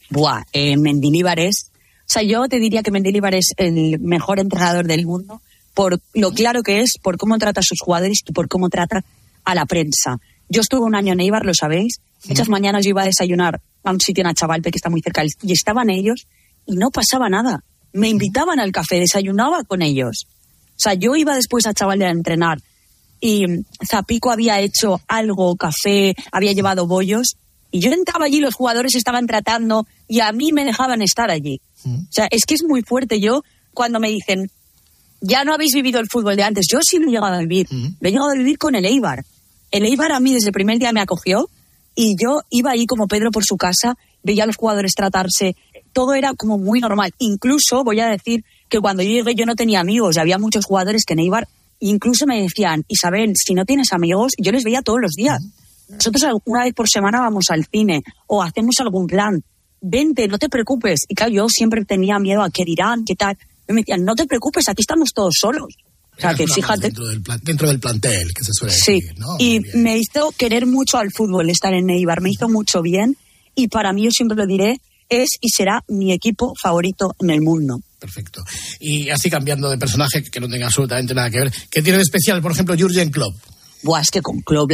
Mendilibar es... O sea, yo te diría que Mendilibar es el mejor entrenador del mundo por lo claro que es, por cómo trata a sus jugadores y por cómo trata a la prensa. Yo estuve un año en Eibar, lo sabéis. Muchas mañanas yo iba a desayunar a un sitio en Achavalpe que está muy cerca y estaban ellos y no pasaba nada. Me invitaban al café, desayunaba con ellos. O sea, yo iba después a Achavalpe a entrenar y Zapico había hecho algo, café, había llevado bollos y yo entraba allí, los jugadores estaban tratando y a mí me dejaban estar allí. O sea, es que es muy fuerte. Yo, cuando me dicen, ya no habéis vivido el fútbol de antes, yo sí lo he llegado a vivir. Lo he llegado a vivir con el Eibar. El Eibar a mí desde el primer día me acogió y yo iba ahí como Pedro por su casa, veía a los jugadores tratarse, todo era como muy normal. Incluso voy a decir que cuando yo llegué yo no tenía amigos, y había muchos jugadores que en Eibar incluso me decían, Isabel, si no tienes amigos, yo les veía todos los días. Nosotros una vez por semana vamos al cine o hacemos algún plan. Vente, no te preocupes. Y claro, yo siempre tenía miedo a qué dirán, qué tal. Y me decían, no te preocupes, aquí estamos todos solos. O sea, que fíjate. Dentro del plantel, que se suele decir, sí, ¿no? Y me hizo querer mucho al fútbol estar en Eibar, me hizo mucho bien. Y para mí, yo siempre lo diré, es y será mi equipo favorito en el mundo. Perfecto. Y así cambiando de personaje, que no tenga absolutamente nada que ver, ¿qué tiene de especial, por ejemplo, Jürgen Klopp? Buah, es que con Klopp,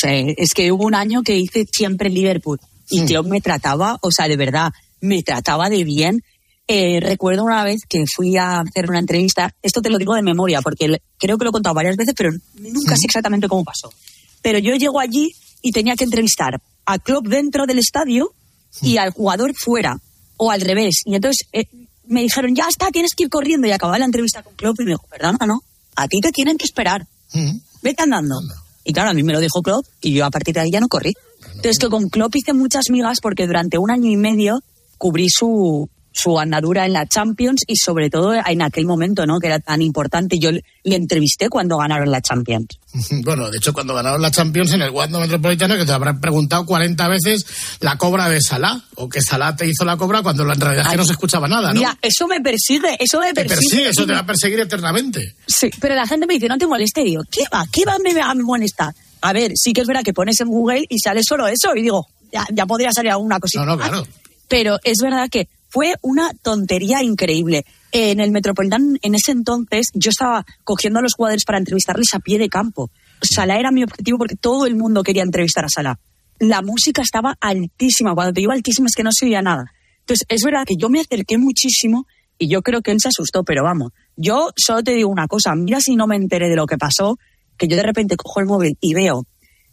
es que hubo un año que hice siempre en Liverpool y Klopp me trataba, o sea, de verdad, me trataba de bien. Recuerdo una vez que fui a hacer una entrevista, esto te lo digo de memoria porque creo que lo he contado varias veces, pero nunca sé exactamente cómo pasó. Pero yo llego allí y tenía que entrevistar a Klopp dentro del estadio y al jugador fuera, o al revés. Y entonces me dijeron, ya está, tienes que ir corriendo. Y acababa la entrevista con Klopp y me dijo, perdona, no, a ti te tienen que esperar. Vete andando. Y claro, a mí me lo dijo Klopp y yo a partir de ahí ya no corrí. Entonces que con Klopp hice muchas migas porque durante 1 año y medio cubrí su andadura en la Champions y sobre todo en aquel momento, ¿no?, que era tan importante. Yo le entrevisté cuando ganaron la Champions. Bueno, de hecho, cuando ganaron la Champions en el Wanda Metropolitano, que te habrán preguntado 40 veces la cobra de Salah, o que Salah te hizo la cobra cuando en realidad que no se escuchaba nada, ¿no? Mira, eso me persigue, eso me persigue. Te persigue, eso te va a perseguir eternamente. Sí, pero la gente me dice, no te moleste, y digo, ¿qué va me va a molestar? A ver, sí que es verdad que pones en Google y sale solo eso, y digo, ya podría salir alguna cosita. No, claro. Pero es verdad que fue una tontería increíble. En el Metropolitano, en ese entonces, yo estaba cogiendo a los jugadores para entrevistarles a pie de campo. Salah era mi objetivo porque todo el mundo quería entrevistar a Salah. La música estaba altísima. Cuando te digo altísima es que no se oía nada. Entonces, es verdad que yo me acerqué muchísimo y yo creo que él se asustó, pero vamos, yo solo te digo una cosa. Mira si no me enteré de lo que pasó, que yo de repente cojo el móvil y veo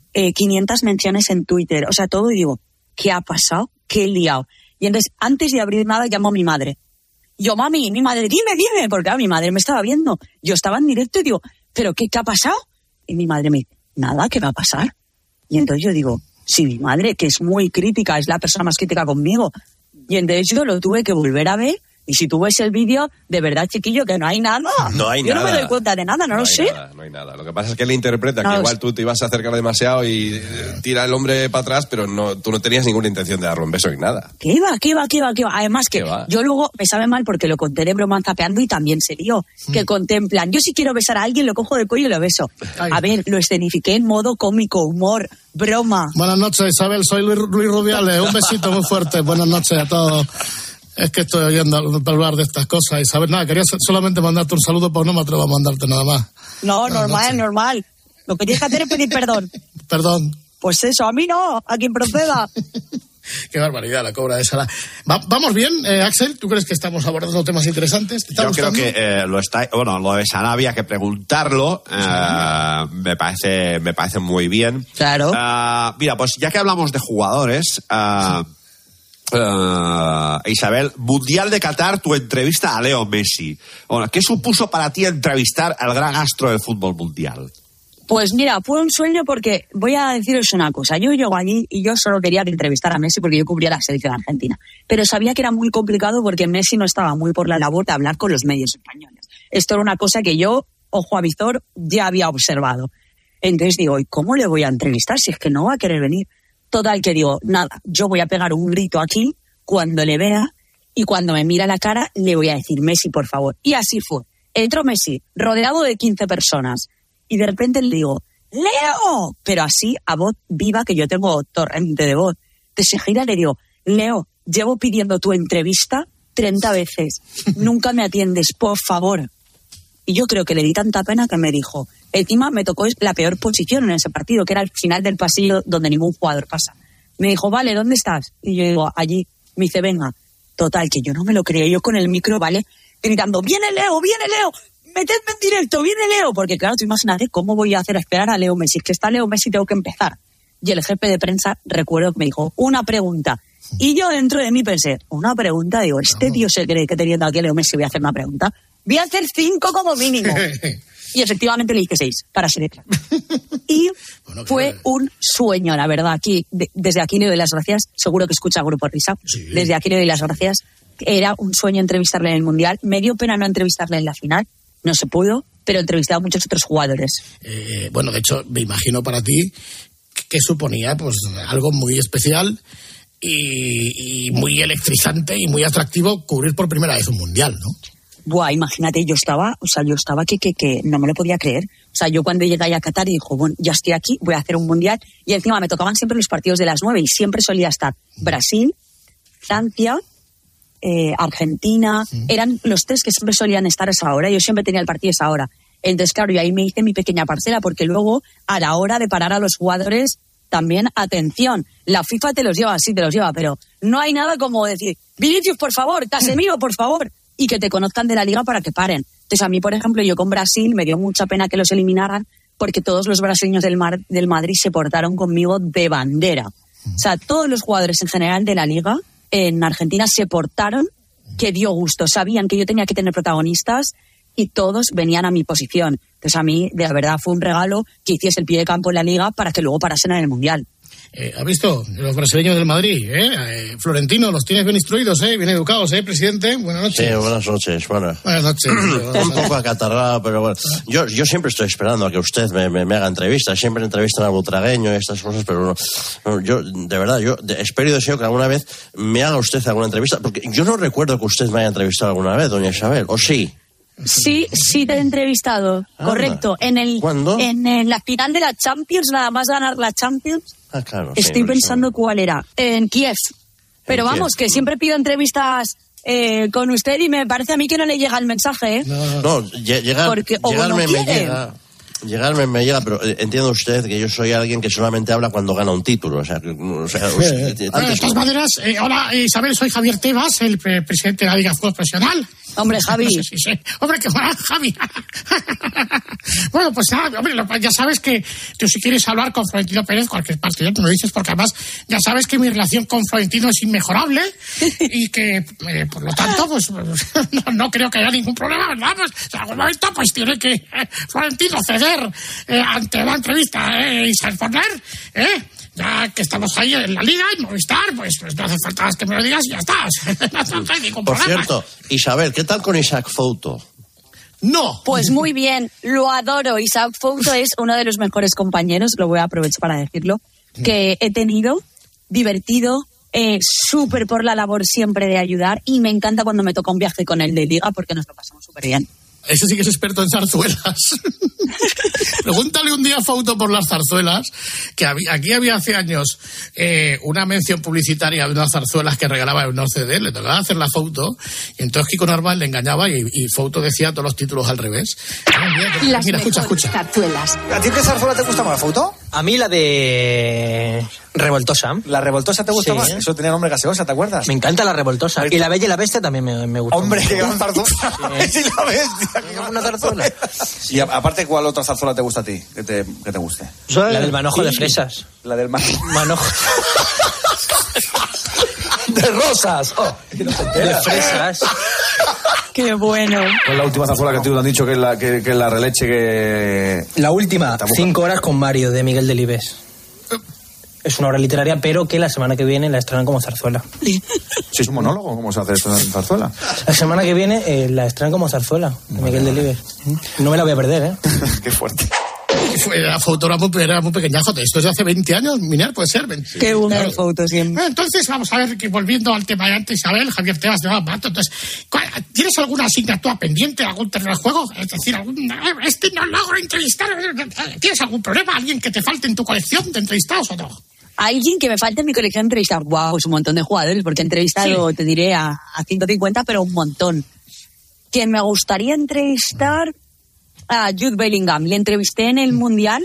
500 menciones en Twitter. O sea, todo, y digo, ¿qué ha pasado? ¿Qué he liado? Y entonces, antes de abrir nada, llamó a mi madre. Yo, mami, mi madre, dime, porque mi madre me estaba viendo. Yo estaba en directo y digo, ¿pero qué ha pasado? Y mi madre me dice, nada, ¿qué va a pasar? Y entonces yo digo, sí, mi madre, que es muy crítica, es la persona más crítica conmigo. Y entonces yo lo tuve que volver a ver. Y si tú ves el vídeo, de verdad, chiquillo, que no hay nada. No hay yo nada. Yo no me doy cuenta de nada, no lo sé. No hay nada. Lo que pasa es que él interpreta que igual tú te ibas a acercar demasiado y tira el hombre para atrás, pero tú no tenías ninguna intención de darle un beso ni nada. ¿Qué va? Además que yo luego me sabe mal porque lo conté de broma zapeando y también se lió. Que contemplan, yo si quiero besar a alguien lo cojo del cuello y lo beso. Ay. A ver, lo escenifiqué en modo cómico, humor, broma. Buenas noches, Isabel, soy Luis Rubiales. Un besito muy fuerte. Buenas noches a todos. Es que estoy oyendo hablar de estas cosas, Isabel. Nada, quería solamente mandarte un saludo, pues no me atrevo a mandarte nada más. No, normal. Lo que tienes que hacer es pedir perdón. Perdón. Pues eso, a mí no, a quien proceda. Qué barbaridad la cobra de Salah. ¿Vamos bien, Axel? ¿Tú crees que estamos abordando temas interesantes? Yo creo que lo de Salah había que preguntarlo. Me parece muy bien. Claro. Mira, pues ya que hablamos de jugadores... Isabel, Mundial de Qatar, tu entrevista a Leo Messi. Bueno, ¿qué supuso para ti entrevistar al gran astro del fútbol mundial? Pues mira, fue un sueño porque voy a deciros una cosa. Yo llego allí y yo solo quería entrevistar a Messi porque yo cubría la selección argentina. Pero sabía que era muy complicado porque Messi no estaba muy por la labor de hablar con los medios españoles. Esto era una cosa que yo, ojo a visor, ya había observado. Entonces digo, ¿y cómo le voy a entrevistar si es que no va a querer venir? Total que digo, nada, yo voy a pegar un grito aquí cuando le vea y cuando me mira la cara le voy a decir, Messi, por favor. Y así fue. Entró Messi, rodeado de 15 personas. Y de repente le digo, ¡Leo! Pero así, a voz viva, que yo tengo torrente de voz. De seguida le digo, Leo, llevo pidiendo tu entrevista 30 veces. Nunca me atiendes, por favor. Y yo creo que le di tanta pena que me dijo, encima me tocó la peor posición en ese partido, que era el final del pasillo donde ningún jugador pasa. Me dijo, vale, ¿dónde estás? Y yo digo, allí. Me dice, venga. Total, que yo no me lo creía. Yo con el micro, ¿vale? Gritando, ¡viene Leo, viene Leo! ¡Metedme en directo, viene Leo! Porque claro, tú imagínate cómo voy a hacer a esperar a Leo Messi. Es que está Leo Messi, tengo que empezar. Y el jefe de prensa, recuerdo que me dijo, una pregunta. Y yo dentro de mí pensé, una pregunta, digo, este tío se cree que teniendo aquí a Leo Messi voy a hacer una pregunta. Voy a hacer 5 como mínimo. Y efectivamente le dije 6, para ser claro. Y fue un sueño, la verdad. Aquí, desde aquí le doy las gracias. Seguro que escucha Grupo Risa. Sí. Desde aquí le doy las gracias. Era un sueño entrevistarle en el Mundial. Me dio pena no entrevistarle en la final. No se pudo, pero entrevisté a muchos otros jugadores. Bueno, de hecho, me imagino para ti que suponía pues algo muy especial y muy electrizante y muy atractivo cubrir por primera vez un Mundial, ¿no? Buah, imagínate, yo estaba que no me lo podía creer. O sea, yo cuando llegué a Qatar y dijo, bueno, ya estoy aquí, voy a hacer un Mundial. Y encima me tocaban siempre los partidos de las 9 y siempre solía estar Brasil, Francia, Argentina. Eran los 3 que siempre solían estar a esa hora. Yo siempre tenía el partido a esa hora. Entonces, claro, yo ahí me hice mi pequeña parcela porque luego, a la hora de parar a los jugadores, también, atención, la FIFA te los lleva, sí te los lleva, pero no hay nada como decir, Vinicius, por favor, Casemiro, por favor, y que te conozcan de la liga para que paren. Entonces, a mí, por ejemplo, yo con Brasil me dio mucha pena que los eliminaran porque todos los brasileños del Madrid se portaron conmigo de bandera. O sea, todos los jugadores en general de la liga en Argentina se portaron que dio gusto. Sabían que yo tenía que tener protagonistas y todos venían a mi posición. Entonces, a mí, de verdad, fue un regalo que hiciese el pie de campo en la liga para que luego parasen en el Mundial. ¿Has visto? Los brasileños del Madrid, Florentino, los tienes bien instruidos, bien educados, presidente. Buenas noches. Sí, buenas noches. Buenas noches. Un poco acatarrado, pero bueno. Yo siempre estoy esperando a que usted me haga entrevistas. Siempre entrevistan al butragueño y estas cosas, pero no, yo, de verdad, espero y deseo que alguna vez me haga usted alguna entrevista, porque yo no recuerdo que usted me haya entrevistado alguna vez, doña Isabel, ¿o sí? Sí te he entrevistado, correcto. ¿Cuándo? En la final de la Champions, nada más ganar la Champions. Claro. Estoy pensando cuál era. En Kiev. Pero vamos, que siempre pido entrevistas con usted y me parece a mí que no le llega el mensaje, No, llegarme me llega, pero entiende usted que yo soy alguien que solamente habla cuando gana un título. De todas maneras, hola Isabel, soy Javier Tebas, el presidente de la Liga de Fútbol Profesional. Hombre, Javi. Sí. Hombre, que va, Javi. Bueno, pues hombre, ya sabes que tú si quieres hablar con Florentino Pérez, cualquier partido, tú me lo dices, porque además ya sabes que mi relación con Florentino es inmejorable y que, por lo tanto, pues no creo que haya ningún problema, ¿verdad? Pues en algún momento pues tiene que Florentino ceder ante la entrevista y ser poner, ya que estamos ahí en la Liga, en Movistar, pues no hace falta más que me lo digas y ya está. No hay ningún problema. Por cierto, Isabel, ¿qué tal con Isaac Fouto? No. Pues muy bien, lo adoro. Isaac Fouto es uno de los mejores compañeros, lo voy a aprovechar para decirlo, que he tenido, divertido, súper por la labor siempre de ayudar y me encanta cuando me toca un viaje con él de Liga porque nos lo pasamos súper bien. Ese sí que es experto en zarzuelas. Pregúntale un día a Fouto por las zarzuelas, que aquí había hace años una mención publicitaria de unas zarzuelas que regalaba en unos CD, le tocaba hacer la Fouto, y entonces Kiko Normal le engañaba y Fouto decía todos los títulos al revés. Mira, escucha. Zarzuelas. ¿A ti qué zarzuela te gusta más, Fouto? A mí la de Revoltosa. ¿La Revoltosa te gusta Sí. más? Eso tenía nombre gaseosa, ¿te acuerdas? Me encanta la Revoltosa. Y la Bella y la Bestia también me gusta. Hombre, qué gran zarzuela. Y la Bestia. Una zarzuela. Y aparte, ¿cuál otra zarzuela te gusta a ti? Que te guste. La del manojo de fresas. La del manojo. De rosas. Oh, De fresas. Qué bueno. ¿Cuál es la última zarzuela que te han dicho que es la releche que... La última, 5 horas con Mario, de Miguel Delibes. Es una obra literaria, pero que la semana que viene la estrenan como zarzuela. ¿Sí es un monólogo? ¿Cómo se hace esto en zarzuela? La semana que viene la estrenan como zarzuela, de Miguel Delibes. No me la voy a perder, ¿eh? Qué fuerte. La foto era muy pequeñajo. Esto es de hace 20 años, Miner, puede ser. Qué buena foto siempre. Entonces, vamos a ver, que volviendo al tema de antes, Isabel, Javier Tebas de Mato, entonces, ¿tienes alguna asignatura pendiente, algún terreno de juego? Es decir, no logro entrevistar. ¿Tienes algún problema? ¿Alguien que te falte en tu colección de entrevistados o no? Alguien que me falte en mi colección de entrevistar. Guau, es un montón de jugadores, porque he entrevistado, te diré, a 150, pero un montón. Quien me gustaría entrevistar... a Jude Bellingham. Le entrevisté en el Mundial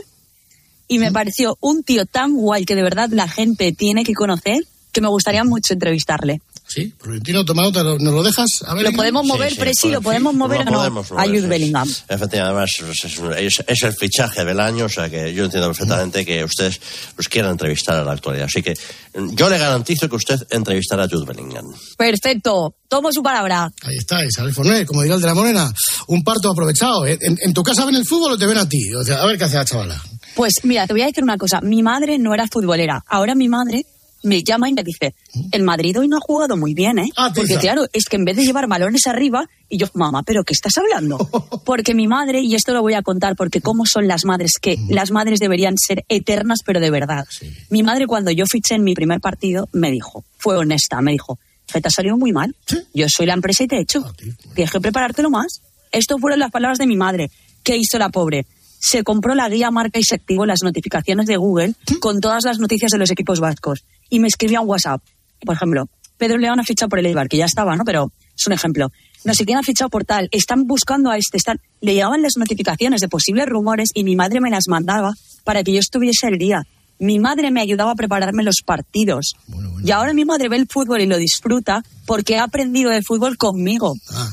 y me pareció un tío tan guay que de verdad la gente tiene que conocer, que me gustaría mucho entrevistarle. Sí, Florentino, toma nota, ¿nos lo dejas? A ver, ¿lo podemos mover, sí, Presi? ¿Lo podemos mover o no? A Jude Bellingham. Efectivamente, además es el fichaje del año, o sea que yo entiendo perfectamente que ustedes pues quieran entrevistar a la actualidad. Así que yo le garantizo que usted entrevistará a Jude Bellingham. Perfecto, tomo su palabra. Ahí está, Isabel Forné, como dirá el de la Morena, un parto aprovechado. ¿En tu casa ven el fútbol o te ven a ti? O sea, a ver qué hace la chavala. Pues mira, te voy a decir una cosa. Mi madre no era futbolera. Ahora mi madre me llama y me dice, el Madrid hoy no ha jugado muy bien, ¿eh? Porque claro, es que en vez de llevar balones arriba, y yo, mamá, ¿pero qué estás hablando? Porque mi madre, y esto lo voy a contar, porque cómo son las madres, que las madres deberían ser eternas, pero de verdad. Sí. Mi madre, cuando yo fiché en mi primer partido, me dijo, fue honesta, me dijo, te ha salido muy mal, yo soy la empresa y te he hecho, tienes que preparártelo más. Esto fueron las palabras de mi madre. ¿Qué hizo la pobre? Se compró la guía marca y se activó las notificaciones de Google con todas las noticias de los equipos vascos. Y me escribía un WhatsApp. Por ejemplo, Pedro León ha fichado por el Eibar, que ya estaba, ¿no? Pero es un ejemplo. No sé quién ha fichado por tal. Están buscando a este. Le llegaban las notificaciones de posibles rumores y mi madre me las mandaba para que yo estuviese al día. Mi madre me ayudaba a prepararme los partidos. Bueno. Y ahora mi madre ve el fútbol y lo disfruta porque ha aprendido de fútbol conmigo.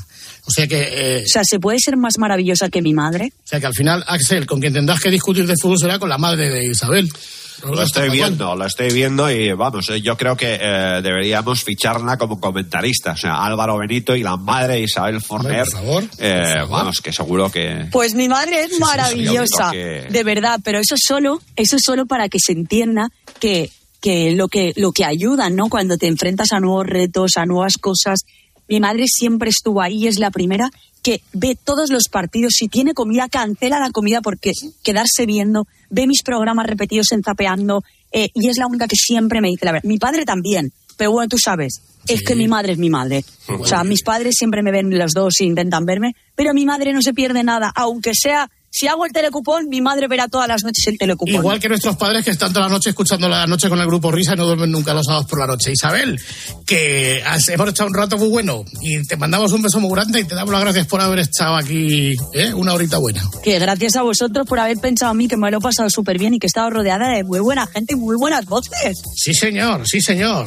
O sea que... O sea, ¿se puede ser más maravillosa que mi madre? O sea que al final, Axel, con quien tendrás que discutir de fútbol será con la madre de Isabel. Lo estoy viendo y vamos, yo creo que deberíamos ficharla como comentarista. O sea, Álvaro Benito y la madre Isabel Forner. Por favor. Vamos, que seguro que... Pues mi madre es maravillosa, de verdad, pero eso es solo para que se entienda que lo que ayuda, ¿no? Cuando te enfrentas a nuevos retos, a nuevas cosas. Mi madre siempre estuvo ahí, es la primera que ve todos los partidos. Si tiene comida, cancela la comida porque quedarse viendo, ve mis programas repetidos en Zapeando, y es la única que siempre me dice la verdad. Mi padre también, pero bueno, tú sabes, es que mi madre es mi madre. O sea, mis padres siempre me ven los dos e intentan verme, pero mi madre no se pierde nada, aunque sea... Si hago el telecupón, mi madre verá todas las noches el telecupón. Igual que nuestros padres que están toda la noche escuchando La Noche con el Grupo Risa y no duermen nunca los sábados por la noche. Isabel, que hemos echado un rato muy bueno y te mandamos un beso muy grande y te damos las gracias por haber estado aquí una horita buena. Que gracias a vosotros por haber pensado en mí, que me lo he pasado súper bien y que he estado rodeada de muy buena gente y muy buenas voces. Sí, señor, sí, señor.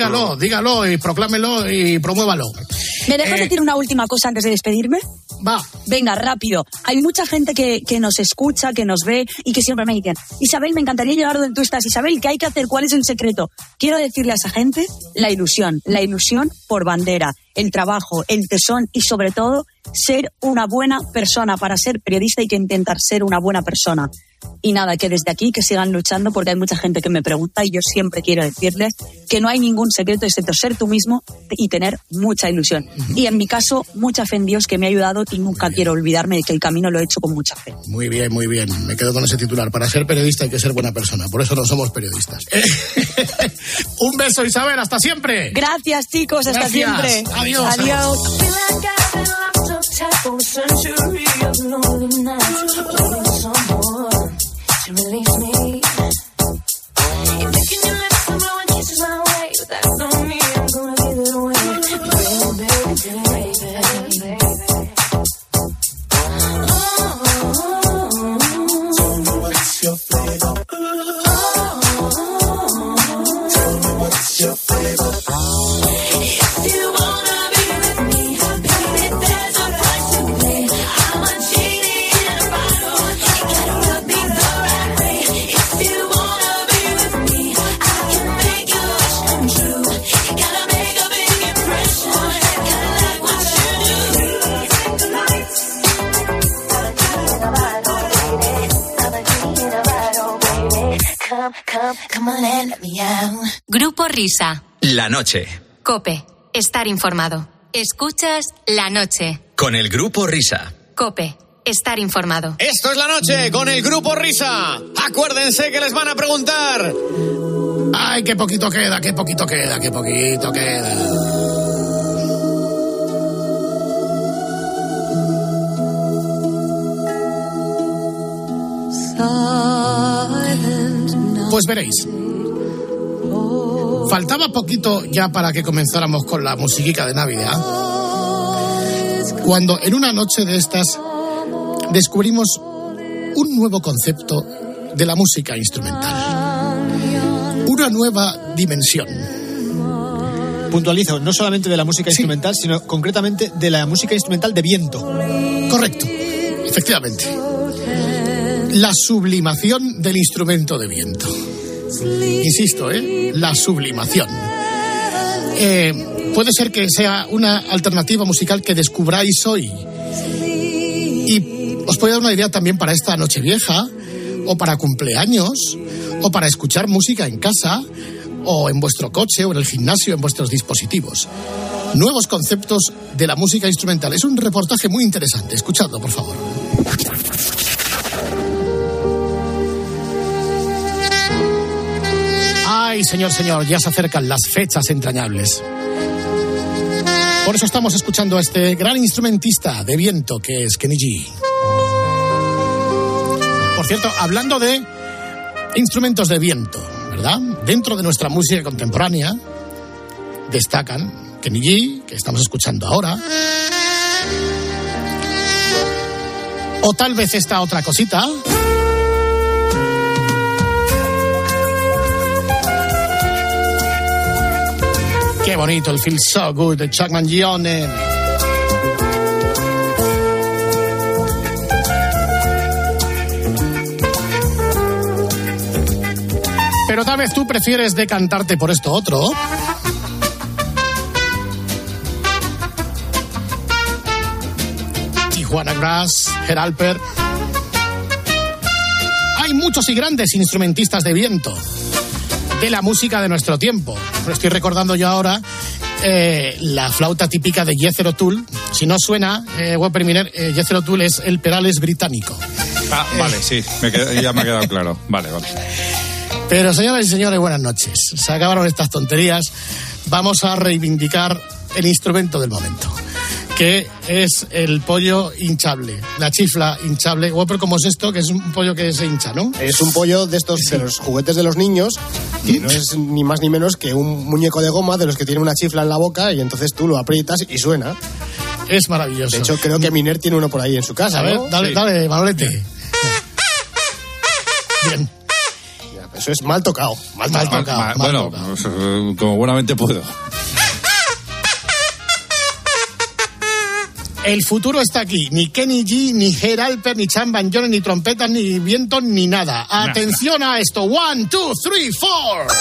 Dígalo y proclámelo y promuévalo. ¿Me dejas decir una última cosa antes de despedirme? Va. Venga, rápido. Hay mucha gente que nos escucha, que nos ve y que siempre me dicen, Isabel, me encantaría llegar donde tú estás. Isabel, ¿qué hay que hacer? ¿Cuál es el secreto? Quiero decirle a esa gente la ilusión por bandera, el trabajo, el tesón y sobre todo ser una buena persona. Para ser periodista hay que intentar ser una buena persona. Y nada, que desde aquí que sigan luchando porque hay mucha gente que me pregunta y yo siempre quiero decirles que no hay ningún secreto excepto ser tú mismo y tener mucha ilusión. Y en mi caso, mucha fe en Dios que me ha ayudado y nunca quiero olvidarme de que el camino lo he hecho con mucha fe. Muy bien, muy bien. Me quedo con ese titular. Para ser periodista hay que ser buena persona. Por eso no somos periodistas. Un beso, Isabel. Hasta siempre. Gracias, chicos. Hasta siempre. Adiós. Adiós. To release me. You're licking your lips and blowing kisses my way, but that don't mean I'm gonna give it away. Baby. Tell me what's your flavor. Tell me what's your flavor. If you wanna be with me, baby, there's a price to pay. Come on and let me out. Grupo Risa. La noche. Cope. Estar informado. Escuchas La Noche. Con el Grupo Risa. Cope. Estar informado. Esto es La Noche con el Grupo Risa. Acuérdense que les van a preguntar. Ay, qué poquito queda, qué poquito queda, qué poquito queda. Pues veréis. Faltaba poquito ya para que comenzáramos con la musiquica de Navidad. Cuando en una noche de estas descubrimos un nuevo concepto de la música instrumental. Una nueva dimensión. Puntualizo, no solamente de la música instrumental, sino concretamente de la música instrumental de viento. Correcto, efectivamente. La sublimación del instrumento de viento. Insisto, la sublimación. Puede ser que sea una alternativa musical que descubráis hoy. Y os puede dar una idea también para esta Nochevieja, o para cumpleaños, o para escuchar música en casa, o en vuestro coche, o en el gimnasio, en vuestros dispositivos. Nuevos conceptos de la música instrumental. Es un reportaje muy interesante. Escuchadlo, por favor. Ay, señor, ya se acercan las fechas entrañables. Por eso estamos escuchando a este gran instrumentista de viento que es Kenny G. Por cierto, hablando de instrumentos de viento, ¿verdad? Dentro de nuestra música contemporánea destacan Kenny G, que estamos escuchando ahora, o tal vez esta otra cosita. Qué bonito el Feel So Good de Chuck Mangione. Pero tal vez tú prefieres decantarte por esto otro. Tijuana Brass, Geralper. Hay muchos y grandes instrumentistas de viento de la música de nuestro tiempo. Lo estoy recordando yo ahora, la flauta típica de Jethro Tull. Si no suena, Whopper Miner, Jethro Tull es el Perales británico. Ah, vale, sí, ya me ha quedado claro. Vale. Pero señoras y señores, buenas noches. Se acabaron estas tonterías. Vamos a reivindicar el instrumento del momento, que es el pollo hinchable, la chifla hinchable. Whopper, ¿cómo es esto? Que es un pollo que se hincha, ¿no? Es un pollo de estos, de los juguetes de los niños, que no es ni más ni menos que un muñeco de goma de los que tiene una chifla en la boca y entonces tú lo aprietas y suena. Es maravilloso. De hecho, creo que Miner tiene uno por ahí en su casa, A ver, ¿no? dale, Manolete. Bien. Eso es mal tocado. Mal tocado. Bueno, como buenamente puedo. El futuro está aquí. Ni Kenny G, ni Geralper, ni Chuck Mangione, ni trompetas, ni viento, ni nada. Atención a esto. 1, 2, 3, 4.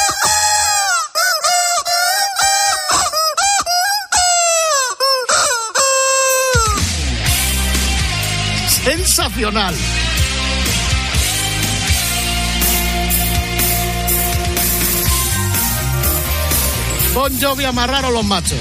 Sensacional. Bon Jovi, amarraron los machos.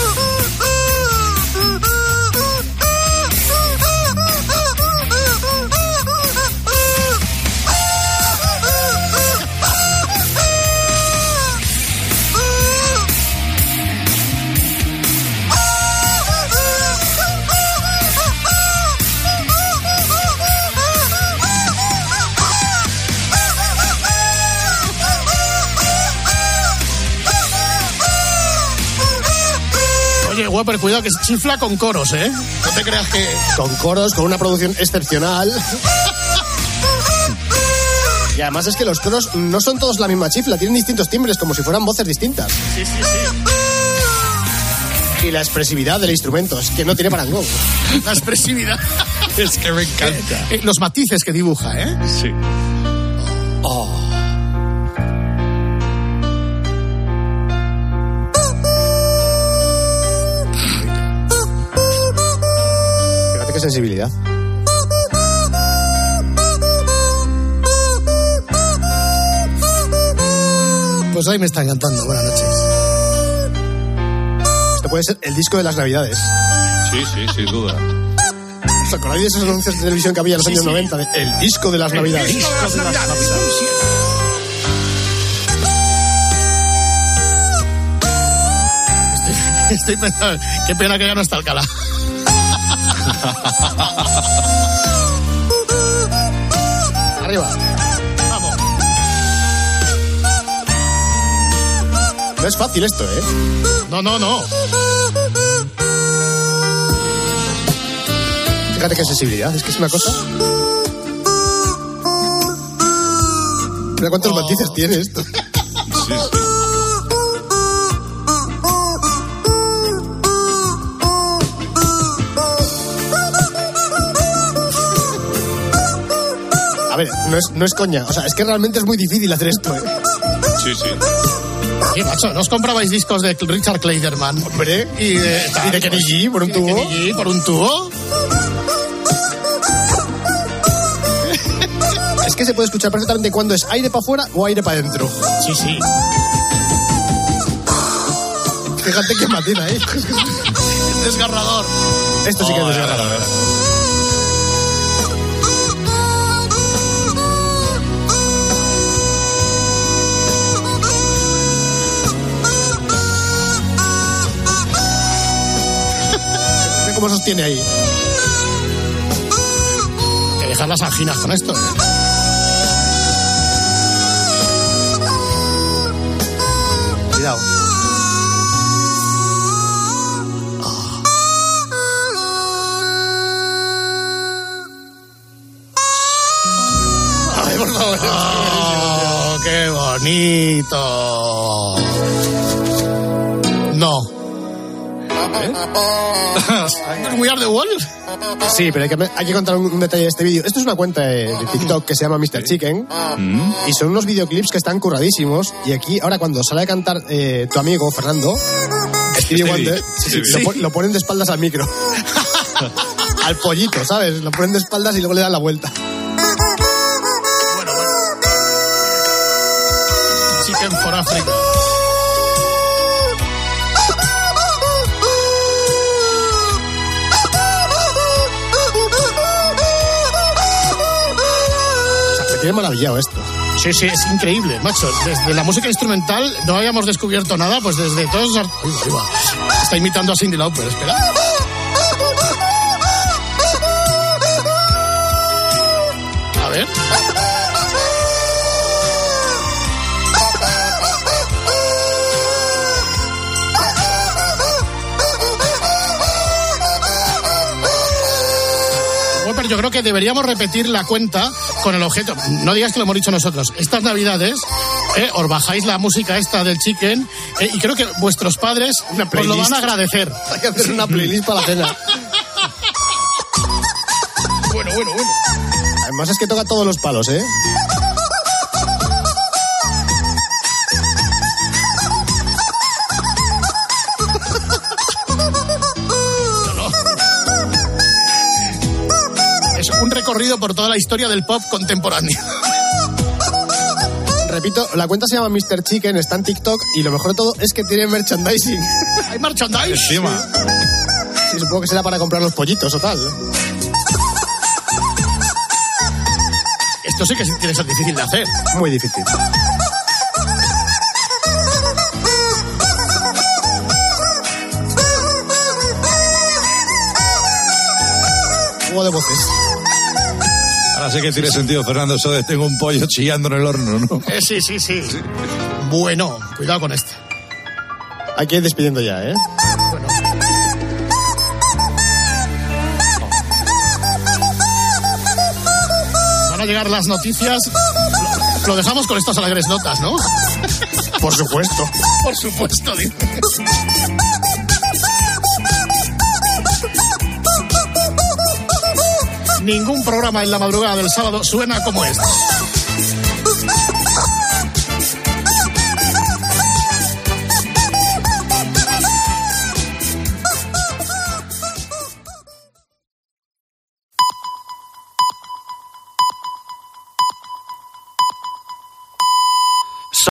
Whopper, cuidado que se chifla con coros, ¿eh? No te creas que... Con coros, con una producción excepcional. Y además es que los coros no son todos la misma chifla, tienen distintos timbres, como si fueran voces distintas. Sí. Y la expresividad del instrumento, es que no tiene parangón. La expresividad. Es que me encanta. Los matices que dibuja, ¿eh? Sí. Qué sensibilidad. pues hoy me está encantando. Buenas noches. Esto puede ser el disco de las Navidades. Sí, sin duda. ¿Os acordáis de esos anuncios de televisión que había en los años 90? El disco de las Navidades. Estoy pensando, qué pena que ya no está Alcalá. Arriba. Vamos. No es fácil esto, ¿eh? No. Fíjate qué sensibilidad, es que es una cosa... Mira cuántos matices tiene esto. Sí. A ver, no es coña. O sea, es que realmente es muy difícil hacer esto, ¿eh? Sí. ¿Qué, macho? ¿No os comprabais discos de Richard Clayderman? Hombre, y de Kenny G por un tubo. Kenny G por un tubo. Es que se puede escuchar perfectamente cuando es aire para afuera o aire para adentro. Sí. Fíjate qué matina, ¿eh? Es desgarrador. Esto sí que es desgarrador. ¿Cómo sostiene ahí? Te dejas las anginas con esto, ¿eh? Cuidado. Ay, por favor. Oh, qué bonito. No. ¿We Are the Wall? Sí, pero hay que contar un detalle de este vídeo. Esto es una cuenta de TikTok que se llama Mr. Chicken y son unos videoclips que están curradísimos. Y aquí, ahora cuando sale a cantar tu amigo Fernando, Stevie Wonder, lo ponen de espaldas al micro. Al pollito, ¿sabes? Lo ponen de espaldas y luego le dan la vuelta. Bueno. Chicken for Africa. Tiene maravillado esto. Sí, es increíble, macho. Desde la música instrumental no habíamos descubierto nada, pues desde todos esos... Está imitando a Cyndi Lauper, espera. A ver. Yo creo que deberíamos repetir la cuenta con el objeto. No digas que lo hemos dicho nosotros. Estas Navidades os bajáis la música esta del Chicken y creo que vuestros padres os lo van a agradecer. Hay que hacer una playlist para la cena. Bueno. Además es que toca todos los palos, ¿eh? Un recorrido por toda la historia del pop contemporáneo. Repito, la cuenta se llama Mr. Chicken, está en TikTok y lo mejor de todo es que tiene merchandising. ¿Hay merchandising? Encima. Sí, supongo que será para comprar los pollitos o tal. Esto sí que tiene que ser difícil de hacer. Muy difícil. Juego de voces. Ahora sé que tiene sentido, Fernando, eso de tengo un pollo chillando en el horno, ¿no? Sí. Bueno, cuidado con este. Hay que ir despidiendo ya, ¿eh? Bueno. Van a llegar las noticias. Lo dejamos con estas alegres notas, ¿no? Por supuesto. Por supuesto, dice. Ningún programa en la madrugada del sábado suena como este.